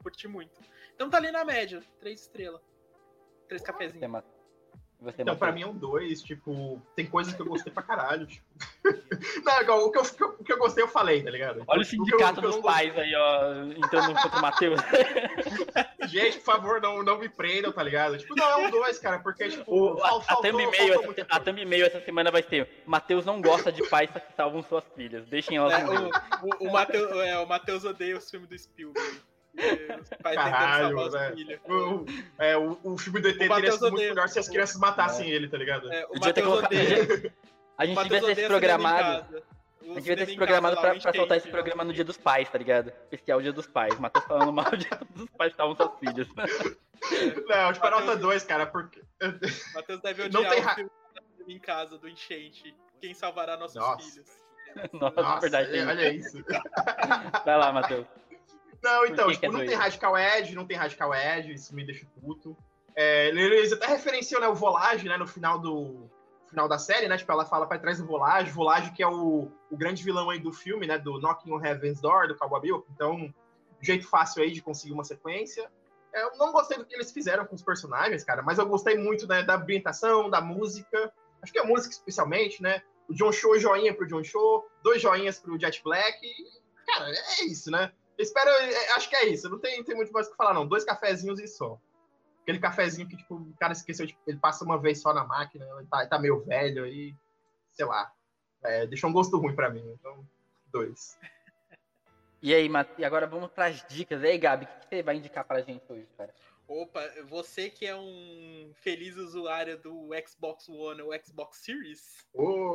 curti muito. Então tá ali na média, 3 estrelas. 3 cafezinhos. Então, pra mim é um 2, tipo, tem coisas que eu gostei pra caralho, tipo. Não, igual, o que eu gostei eu falei, tá ligado? Olha o sindicato dos pais aí, ó, entrando contra o Matheus. Gente, por favor, não me prendam, tá ligado? Tipo, não, é um 2, cara, porque, tipo, a thumb e-mail essa semana vai ser: Matheus não gosta de pais que salvam suas filhas, deixem elas morrer. O Matheus odeia os filmes do Spielberg. Os pais Caralho, tentando salvar as filhas. O filme do ET teria sido muito melhor se as crianças matassem ele, tá ligado? O Matheus odeia. A gente devia ter esse programado. A gente devia ter esse programado pra soltar esse programa no Dia dos Pais, tá ligado? Especial Dia dos Pais. Matheus falando mal do Dia dos Pais que estavam suas filhas. Não, tipo, nota 2, cara, porque. Matheus deve odiar o filme em casa do Enchente. Quem salvará nossos filhos? Nossa, verdade. Olha isso. Vai lá, Matheus. Não, então, tipo, não tem Radical Edge, isso me deixa puto. Eles até referenciam, né, o Volage, né, no final da série, né, tipo, ela fala pra trás do Volage que é o grande vilão aí do filme, né, do Knocking on Heaven's Door, do Cowboy Bebop, então, jeito fácil aí de conseguir uma sequência. Eu não gostei do que eles fizeram com os personagens, cara, mas eu gostei muito, né, da ambientação, da música, acho que a música especialmente, né, o John Cho, joinha pro John Cho, 2 joinhas pro Jet Black, e, cara, é isso, né. Acho que é isso, não tem muito mais o que falar, não. 2 cafezinhos e só. Aquele cafezinho que, tipo, o cara esqueceu, tipo, ele passa uma vez só na máquina, ele tá meio velho aí, sei lá. Deixou um gosto ruim pra mim, então, 2. E aí, e agora vamos pras dicas. E aí, Gabi, o que você vai indicar pra gente hoje, cara? Opa, você que é um feliz usuário do Xbox One ou Xbox Series.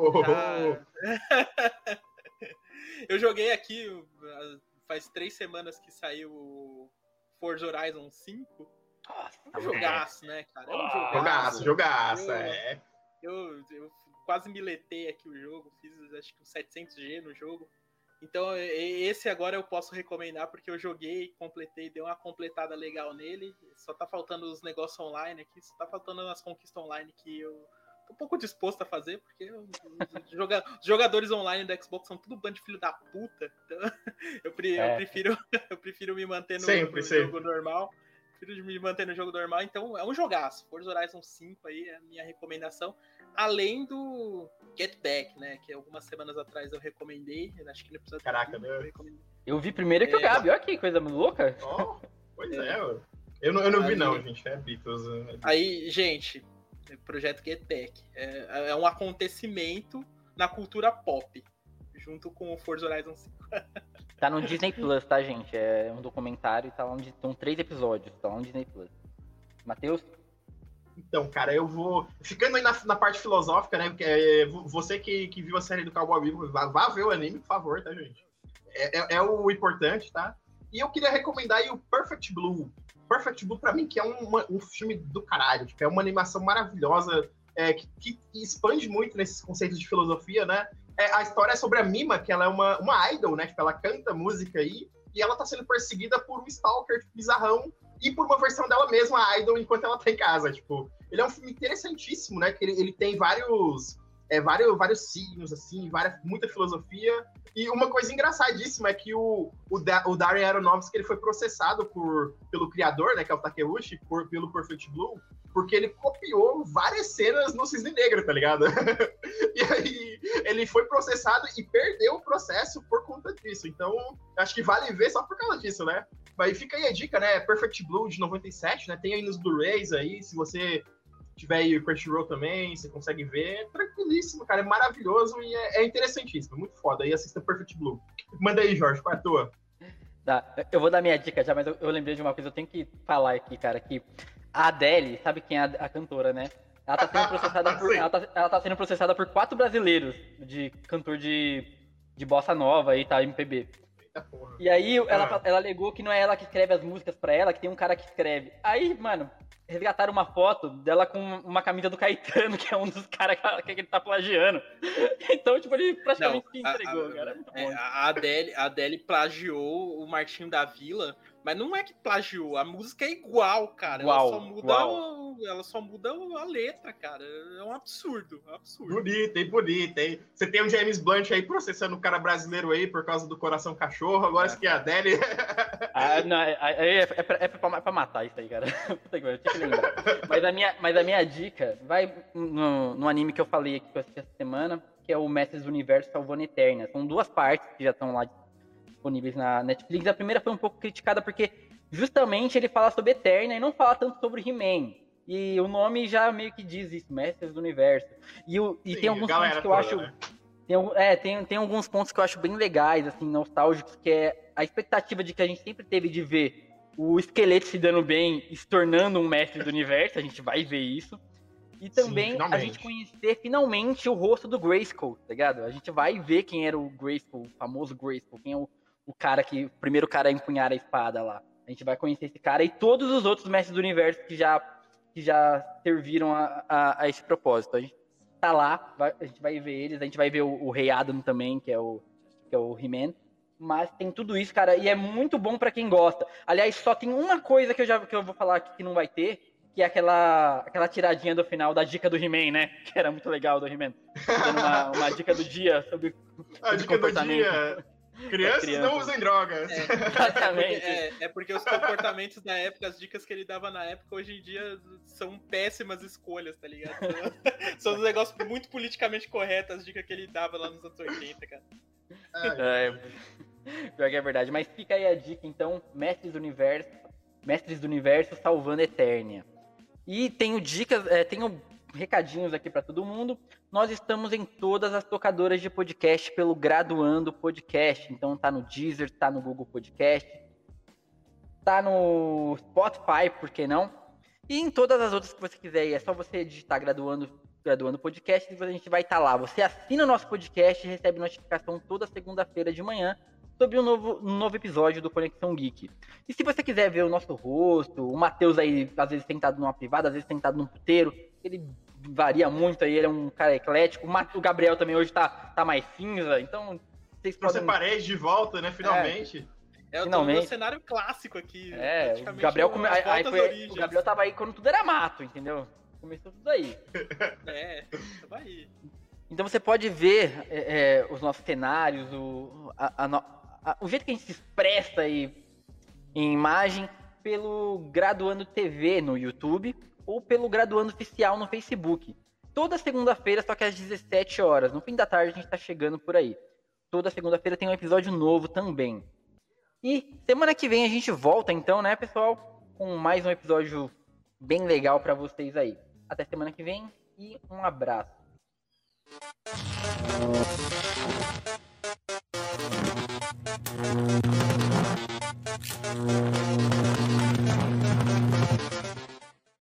Eu joguei aqui... Faz 3 semanas que saiu o Forza Horizon 5. Nossa, é um jogaço, né, cara? É um jogaço, Eu quase miletei aqui o jogo, fiz acho que uns 700G no jogo. Então, esse agora eu posso recomendar, porque eu joguei, completei, dei uma completada legal nele. Só tá faltando os negócios online aqui, só tá faltando as conquistas online que eu tô um pouco disposto a fazer, porque os jogadores online do Xbox são tudo bando de filho da puta. Então, eu prefiro me manter no jogo normal. Prefiro me manter no jogo normal, então é um jogaço. Forza Horizon 5 aí é a minha recomendação. Além do Get Back, né? Que algumas semanas atrás eu recomendei. Acho que no episódio. Caraca, né? Eu vi primeiro que o Gabi, olha que coisa louca. Pois é, eu não vi, não, gente. É Beatles. Aí, gente, projeto Get Back é um acontecimento na cultura pop, junto com o Forza Horizon 5. Tá no Disney Plus, tá, gente? É um documentário e tá lá onde estão 3 episódios. Tá lá no Disney Plus. Matheus? Então, cara, eu vou... Ficando aí na parte filosófica, né? Você que viu a série do Cowboy Bebop, vá ver o anime, por favor, tá, gente? É o importante, tá? E eu queria recomendar aí o Perfect Blue. Perfect Blue, pra mim, que é um filme do caralho. Tipo, é uma animação maravilhosa, que expande muito nesses conceitos de filosofia, né? A história é sobre a Mima, que ela é uma idol, né? Tipo, ela canta música aí, e ela tá sendo perseguida por um stalker, tipo, bizarrão, e por uma versão dela mesma, a idol, enquanto ela tá em casa, tipo. Ele é um filme interessantíssimo, né? Que ele tem vários signos, assim, muita filosofia. E uma coisa engraçadíssima é que o Darren Aronofsky, ele foi processado pelo criador, né? Que é o Takeuchi, pelo Perfect Blue, porque ele copiou várias cenas no Cisne Negro, tá ligado? E aí ele foi processado e perdeu o processo por conta disso. Então, acho que vale ver só por causa disso, né? Mas fica aí a dica, né? Perfect Blue de 97, né? Tem aí nos Blu-rays aí, se você tiver aí o Crunchyroll também, você consegue ver. É tranquilíssimo, cara. É maravilhoso e é interessantíssimo. É muito foda. Aí assista Perfect Blue. Manda aí, Jorge, qual é a tua? Tá, eu vou dar minha dica já, mas eu lembrei de uma coisa. Eu tenho que falar aqui, cara, que a Adele, sabe quem é a cantora, né? Ela tá sendo processada ela tá sendo processada por 4 brasileiros de cantor de bossa nova e tá, MPB. E aí ela alegou que não é ela que escreve as músicas pra ela, que tem um cara que escreve. Aí, mano, resgataram uma foto dela com uma camisa do Caetano, que é um dos caras que ele tá plagiando. Então, tipo, ele praticamente se entregou, cara. A Adele plagiou o Martinho da Vila, mas não é que plagiou, a música é igual, cara. Ela só muda ela só muda a letra, cara. É um absurdo, Bonita, hein? Você tem o James Blunt aí processando o cara brasileiro aí por causa do Coração Cachorro, agora isso que é a Adele... Não, é pra matar isso aí, cara. Eu tinha que lembrar. Mas a minha dica vai no anime que eu falei aqui que eu assisti essa semana, que é o Mestres do Universo Salvando Eternia. São 2 partes que já estão lá disponíveis na Netflix. A primeira foi um pouco criticada porque justamente ele fala sobre Eternia e não fala tanto sobre He-Man. E o nome já meio que diz isso, Mestres do Universo. Sim, tem alguns pontos que eu acho... Né? Tem alguns pontos que eu acho bem legais, assim, nostálgicos, que é a expectativa de que a gente sempre teve de ver o esqueleto se dando bem e se tornando um mestre do universo, a gente vai ver isso. E também a gente conhecer finalmente o rosto do Grayskull, tá ligado? A gente vai ver quem era o Grayskull, o famoso Grayskull, quem é o primeiro cara a empunhar a espada lá. A gente vai conhecer esse cara e todos os outros mestres do universo que já serviram a esse propósito. A gente tá lá, a gente vai ver eles, a gente vai ver o Rei Adam também, que é o He-Man. Mas tem tudo isso, cara, e é muito bom pra quem gosta. Aliás, só tem uma coisa que eu vou falar aqui que não vai ter, que é aquela tiradinha do final da dica do He-Man, né? Que era muito legal do He-Man. Dando uma dica do dia sobre a dica comportamento. Do dia. Crianças não usem drogas. É porque os comportamentos da época, as dicas que ele dava na época, hoje em dia são péssimas escolhas, tá ligado? São um negócio muito politicamente correto, as dicas que ele dava lá nos anos 80, cara. Pior que é verdade. Mas fica aí a dica, então, Mestres do Universo Salvando Eternia. E tenho dicas, tenho recadinhos aqui para todo mundo. Nós estamos em todas as tocadoras de podcast pelo Graduando Podcast. Então tá no Deezer, tá no Google Podcast, tá no Spotify, por que não? E em todas as outras que você quiser. É só você digitar Graduando Podcast e a gente vai estar lá. Você assina o nosso podcast e recebe notificação toda segunda-feira de manhã sobre um novo episódio do Conexão Geek. E se você quiser ver o nosso rosto, o Matheus aí, às vezes sentado numa privada, às vezes sentado num puteiro, ele varia muito aí, ele é um cara eclético. O Gabriel também hoje tá mais cinza, então vocês podem... Você parede de volta, né, finalmente. Eu tô no cenário clássico aqui. O Gabriel o Gabriel tava aí quando tudo era mato, entendeu? Começou tudo aí. Tava aí. Então você pode ver os nossos cenários, o jeito que a gente se expressa aí em imagem pelo Graduando TV no YouTube ou pelo Graduando Oficial no Facebook. Toda segunda-feira, só que às 17 horas. No fim da tarde a gente tá chegando por aí. Toda segunda-feira tem um episódio novo também. E semana que vem a gente volta então, né, pessoal? Com mais um episódio bem legal pra vocês aí. Até semana que vem e um abraço.